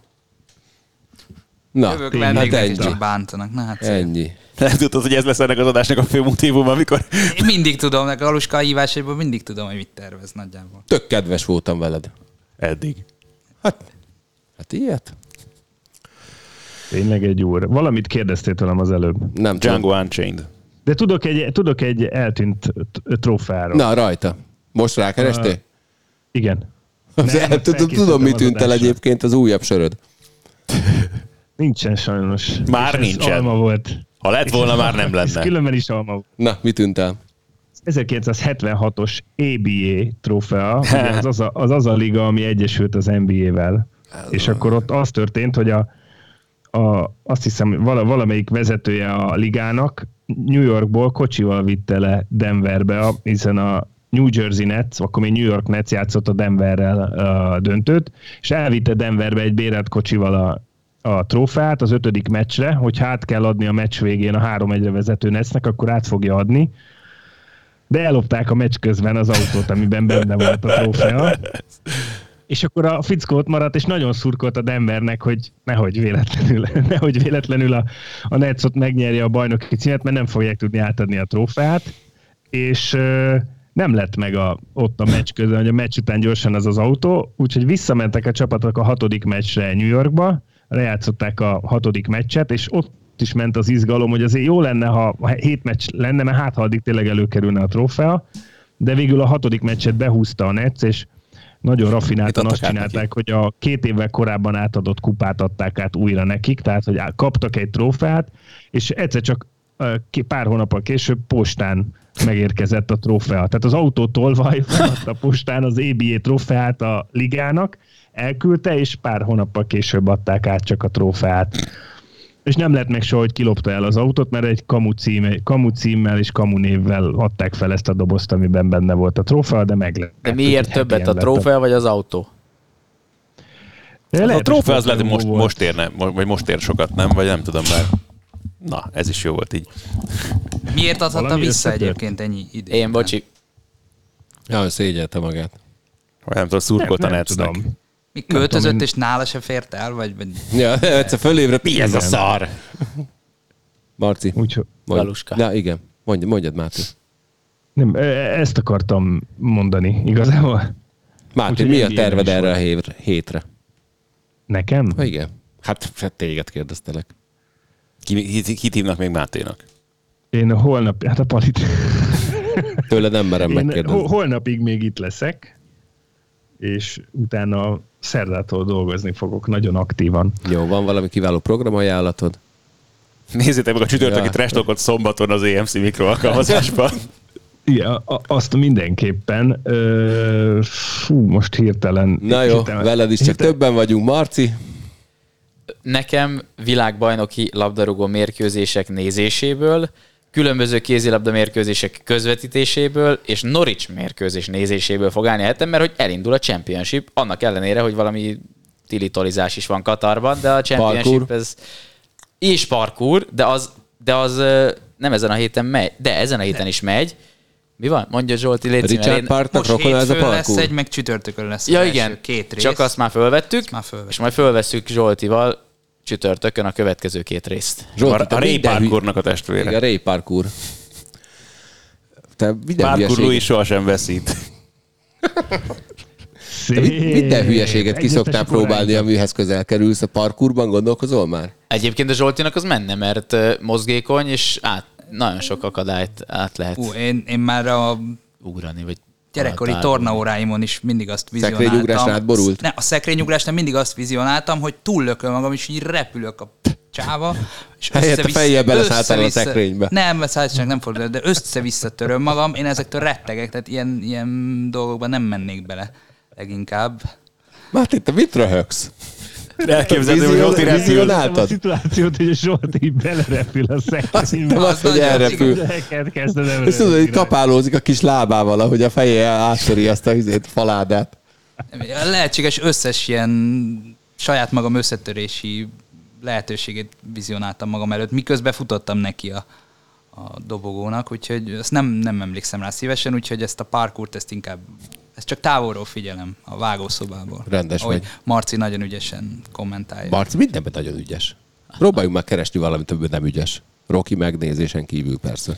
Na, Jövök Tényleg, vendégek, és ennyi. csak bántanak. Na hát szép. Ennyi. Nem tudod, hogy ez lesz ennek az adásnak a fő motívuma, amikor... Én mindig tudom, a Galuska hívásaiból mindig tudom, hogy mit tervez nagyjából. Tök kedves voltam veled. Eddig. Hát ilyet? Tényleg egy úr. Valamit kérdeztél tőlem az előbb. Nem tudom. Django Unchained. De tudok egy eltűnt trófeáról. Na, rajta. Most rákerestél? Igen. Tudom, mit tűnt el egyébként az újabb söröd. Nincsen sajnos. Már És ez nincsen. Alma volt. Ha lett volna, már nem Ez lenne. különben is alma volt. Na, mit tűnt el? 1976-os ABA trófea, ugye az a liga, ami egyesült az NBA-vel. És akkor ott az történt, hogy azt hiszem, valamelyik vezetője a ligának New Yorkból kocsival vitte le Denverbe, hiszen a New Jersey Nets, akkor még New York Nets játszott a Denverrel a döntőt, és elvitte Denverbe egy bérelt kocsival a trófeát az 5. meccsre, hogy hát kell adni a meccs végén a 3-1-re vezető Netsnek, akkor át fogja adni. de ellopták a meccs közben az autót, amiben benne volt a trófea. És akkor a fickó ott maradt, és nagyon szurkolt a Denvernek, hogy nehogy véletlenül a Nets ott megnyerje a bajnoki címet, mert nem fogják tudni átadni a trófeát. És nem lett meg ott a meccs közben, hogy a meccs után gyorsan az autó, úgyhogy visszamentek a csapatok a 6. meccsre New Yorkba, lejátszották a 6. meccset, és ott is ment az izgalom, hogy azért jó lenne, ha 7 meccs lenne, mert hát ha addig tényleg előkerülne a trófea, de végül a 6. meccset behúzta a Nets, és nagyon raffináltan azt csinálták, hogy a 2 évvel korábban átadott kupát adták át újra nekik, tehát hogy kaptak egy trófeát, és egyszer csak pár hónappal később postán megérkezett a trófea. Tehát az autó tolvaj a postán az ABA trófeát a ligának, elküldte, és pár hónappal később adták át csak a trófeát. És nem lett meg soha, hogy kilopta el az autót, mert egy kamu címmel és kamu névvel adták fel ezt a dobozt, amiben benne volt a trófea, de meg lett. De miért többet, a trófea vagy az autó? A trófea az lehet, hogy most érne, vagy most ér sokat, nem? Vagy nem tudom már. Na, ez is jó volt így. Miért adhatta vissza egyébként ennyi időt? Én, bocsi. Ja, szégyelte magát. Vagy nem tudom, szurkolt a Netsnek. Mi költözött, és nála se fért el? Vagy... Ja, egyszer fölébredt, mi ez a szar? Marci. Galuska. Ja, igen. Mondjad, Máté. Nem, ezt akartam mondani, igazából. Máté, mi a terved erre a hétre? Nekem? Igen. Hát téged kérdeztelek. Kit hívnak még Máténak? Én holnap, hát a Palit. Tőled nem merem megkérdezni. Holnapig még itt leszek, és utána szerdától dolgozni fogok nagyon aktívan. Jó, van valami kiváló programajánlatod? Nézzétek meg a csütörtöki trash talkot szombaton az EMC mikroalkalmazásban. Igen, azt mindenképpen. Most hirtelen... Na jó, veled is csak többen vagyunk. Marci? Nekem világbajnoki labdarúgó mérkőzések nézéséből, különböző kézilabda mérkőzések közvetítéséből és Norwich mérkőzés nézéséből fog állni a hetem, mert hogy elindul a Championship, annak ellenére, hogy valami tilitolizás is van Katarban, de a Championship parkour. ez is parkour, de az nem ezen a héten megy, de ezen a héten is megy. Mi van? Mondja Zsolti, légy szíves. Richard Parknak most rokon ez a hétfőn lesz parkour? egy, meg csütörtökön lesz Ja az igen, első 2 rész. csak azt már fölvettük, és majd fölvesszük Zsoltival csütörtökön a következő 2 részt. Zsolti, A Ray Parkournak a testvére. Igen, Ray Parkour. Te Parkour Louis sohasem veszít. Minden hülyeséget ki szoktál próbálni, amihez közel kerülsz. A parkourban gondolkozol már? Egyébként a Zsoltinak az menne, mert mozgékony, és nagyon sok akadályt át lehet Én már a ugrani, vagy gyerekkori tornaóráimon is mindig azt vizionáltam. Szekrényugrásra átborult? Ne, a szekrényugrásnál mindig azt vizionáltam, hogy túllököm magam, és így repülök a csáva, és Helyette fejjel beleszálltál a szekrénybe. Nem, csak nem fordul, de össze-vissza töröm magam. Én ezektől rettegek, tehát ilyen dolgokban nem mennék bele leginkább. Máté, te mit röhögsz? Elképzelhető, hogy ott vizionáltad? A szituációt, hogy a Zsolti belerepül a szekrénybe. Nem az, hogy elrepül. Ezt tudod, hogy kapálózik a kis lábával, ahogy a feje áttöri azt a faládát. Lehetséges összes ilyen saját magam összetörési lehetőségét vizionáltam magam előtt, miközben futottam neki a dobogónak, úgyhogy ezt nem emlékszem rá szívesen, úgyhogy ezt a parkourt, ezt csak távolról figyelem a vágószobából. Rendes ahogy vagy. Marci nagyon ügyesen kommentálja. Marci mindenben nagyon ügyes. Próbáljuk meg keresni valamit, többől nem ügyes. Rocky megnézésen kívül persze.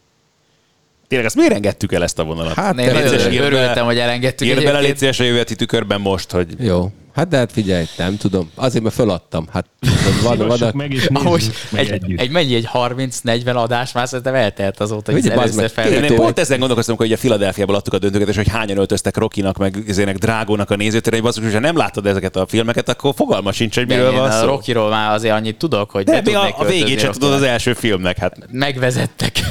Tényleg ezt miért engedtük el ezt a vonalat? Hát, én nagyon örültem, hogy elengedtük Írd bele, légy egyébként. szíves a jövő heti tükörben most, hogy... Jó. Hát de hát figyelj, nem tudom. Azért, mert föladtam. Hát van meg és Ahogy nézzük meg együtt. egy 30-40 adás már szerintem eltelt azóta, hogy Ugye, ez bazd meg, először Én felvettem. pont ezen gondolkoztam, hogy a Philadelphiából adtuk a döntőket, és hogy hányan öltöztek Rockynak, meg ezének Drágónak a nézőtérre, hogy basszus, hogyha nem láttad ezeket a filmeket, akkor fogalma sincs, hogy miről van A szó. Rockyról már azért annyit tudok, hogy De be még tudnék a végét költözni sem tudod az első filmnek. Hát. Megvezettek.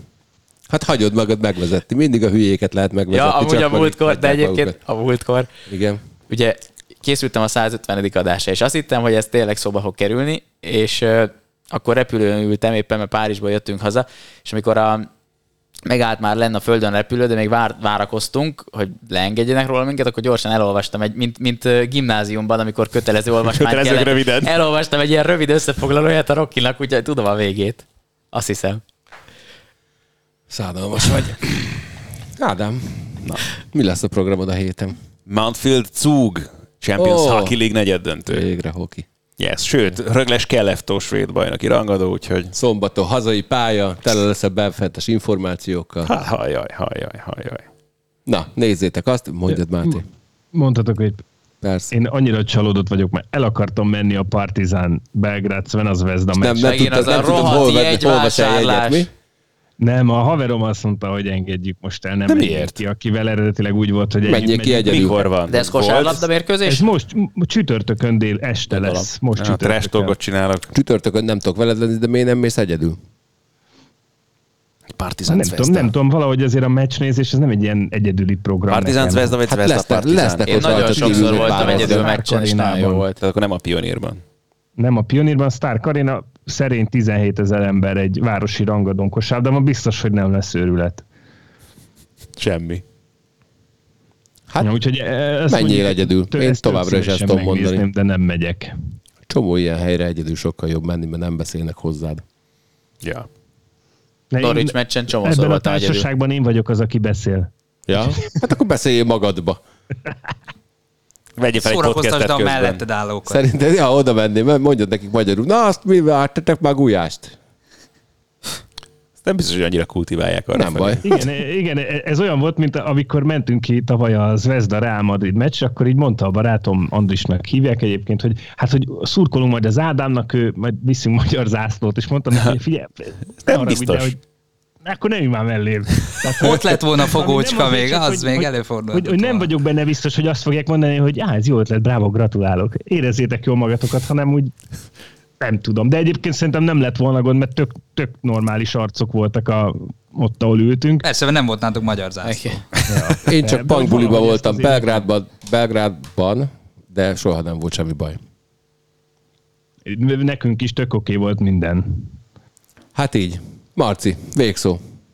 Hát hagyod magad megvezetni. Mindig a hülyéket lehet megvezetni. Ja, amúgy csak a múltkor, hagyják de egyébként magukat. a múltkor, Igen. ugye készültem a 150. adásra, és azt hittem, hogy ez tényleg szóba fog kerülni, és akkor repülőn ültem, éppen mert Párizsból jöttünk haza, és amikor megállt már lenne a földön repülő, de még várakoztunk, hogy leengedjenek róla minket, akkor gyorsan elolvastam, mint gimnáziumban, amikor kötelező olvasmány Kötelezők röviden. Elolvastam egy ilyen rövid összefoglalóját a Rockynak, úgyhogy tudom a végét. Azt hiszem. Szánalmas vagy. Ádám, na, mi lesz a programod a héten? Mountfield Zug, Champions Hockey League negyeddöntő. Végre hoki. Yes, sőt, Rögles Kelleftó svéd bajnoki rangadó, úgyhogy... Szombaton hazai pálya, tele lesz a benfentes információkkal. Hajjaj. Na, nézzétek azt, mondjad Máté. Mondhatok, hogy Persze. én annyira csalódott vagyok, mert el akartam menni a Partizán Belgrád Sven Zvezda meccs. Nem Megint tudtad, az a nem tudod, rohadt hol venni, hol veszel jegyvásárlás. jegyet, mi? Nem, a haverom azt mondta, hogy engedjük most el, nem De menjünk miért? ki, akivel eredetileg úgy volt, hogy Menjék ki egyedül. Mikor van? De ez kosárlabda mérkőzés? Ez most csütörtökön dél este Gondolom. lesz. Most Trash csütörtökön. talkot csinálok. Csütörtökön nem tudok veled lenni, de miért nem mész egyedül? Partizán Nem tudom, valahogy azért a meccsnézés, ez nem egy ilyen egyedüli program. Partizán nekem. Zvezda vagy Hát Zvezda Partizán? lesznek Én ott nagyon rajta sokszor kívül voltam pár egyedül az- meccsen, és nagyon jó volt. Tehát akkor nem a Pionírban. Nem a Pionírban, Stark Arena szerény 17 000 ember egy városi rangadón kosárlabdában, biztos, hogy nem lesz őrület. Semmi. Hát Ja, úgyhogy menjél egyedül. Én ezt továbbra is ezt szívesen tudom mondani. megnézném, de nem megyek. Csomó ilyen helyre egyedül sokkal jobb menni, mert nem beszélnek hozzád. Ja. De Norwich meccsen csomószor ebben a voltam egyedül. társaságban én vagyok az, aki beszél. Ja? Hát akkor beszéljél magadba. Vegyél fel egy Szórakoztasd podcastet a közben. melletted állókat. Szerintem, ja, oda menném, mert mondjad nekik magyarul. Na, azt mi vártatok már gulyást? Ezt nem biztos, hogy annyira kultiválják arra. Nem felé. baj. Igen, ez olyan volt, mint amikor mentünk ki tavaly a Zvezda Real Madrid meccs, akkor így mondta a barátom, Andrisnak hívják egyébként, hogy hát, hogy szurkolunk majd az Ádámnak, ő majd viszünk magyar zászlót, és mondtam neki, hogy figyelj, Nem biztos. hogy akkor nem már mellém. Ott lett volna fogócska Ami nem még, csak, az még hogy előfordult. hogy nem vagyok benne biztos, hogy azt fogják mondani, hogy ez jó ötlet, bravo, gratulálok. Érezzétek jól magatokat, hanem úgy nem tudom. De egyébként szerintem nem lett volna gond, mert tök normális arcok voltak ott, ahol ültünk. Persze, mert nem volt nálatok magyar zászló. Én csak De punkbuliba valahogy voltam ezt azért- Belgrádban, de soha nem volt semmi baj. Nekünk is tök oké volt minden. Hát így. Marci, végszó.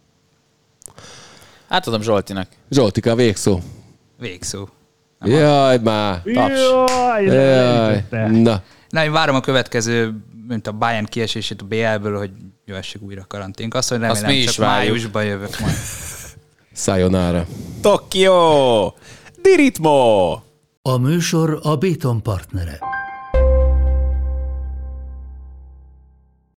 Átadom Zsoltinak. Zsoltika, végszó. Végszó. Jaj, már. Taps. Jaj, Jaj. elütötte. Na, Na, én várom a következő, mint a Bayern kiesését a BL-ből, hogy jöhessük újra karanténk. Azt, hogy Azt remélem mi is csak várjuk. májusban jövök majd. sayonara. Tokyo! Diritmo! A műsor a Béton partnere.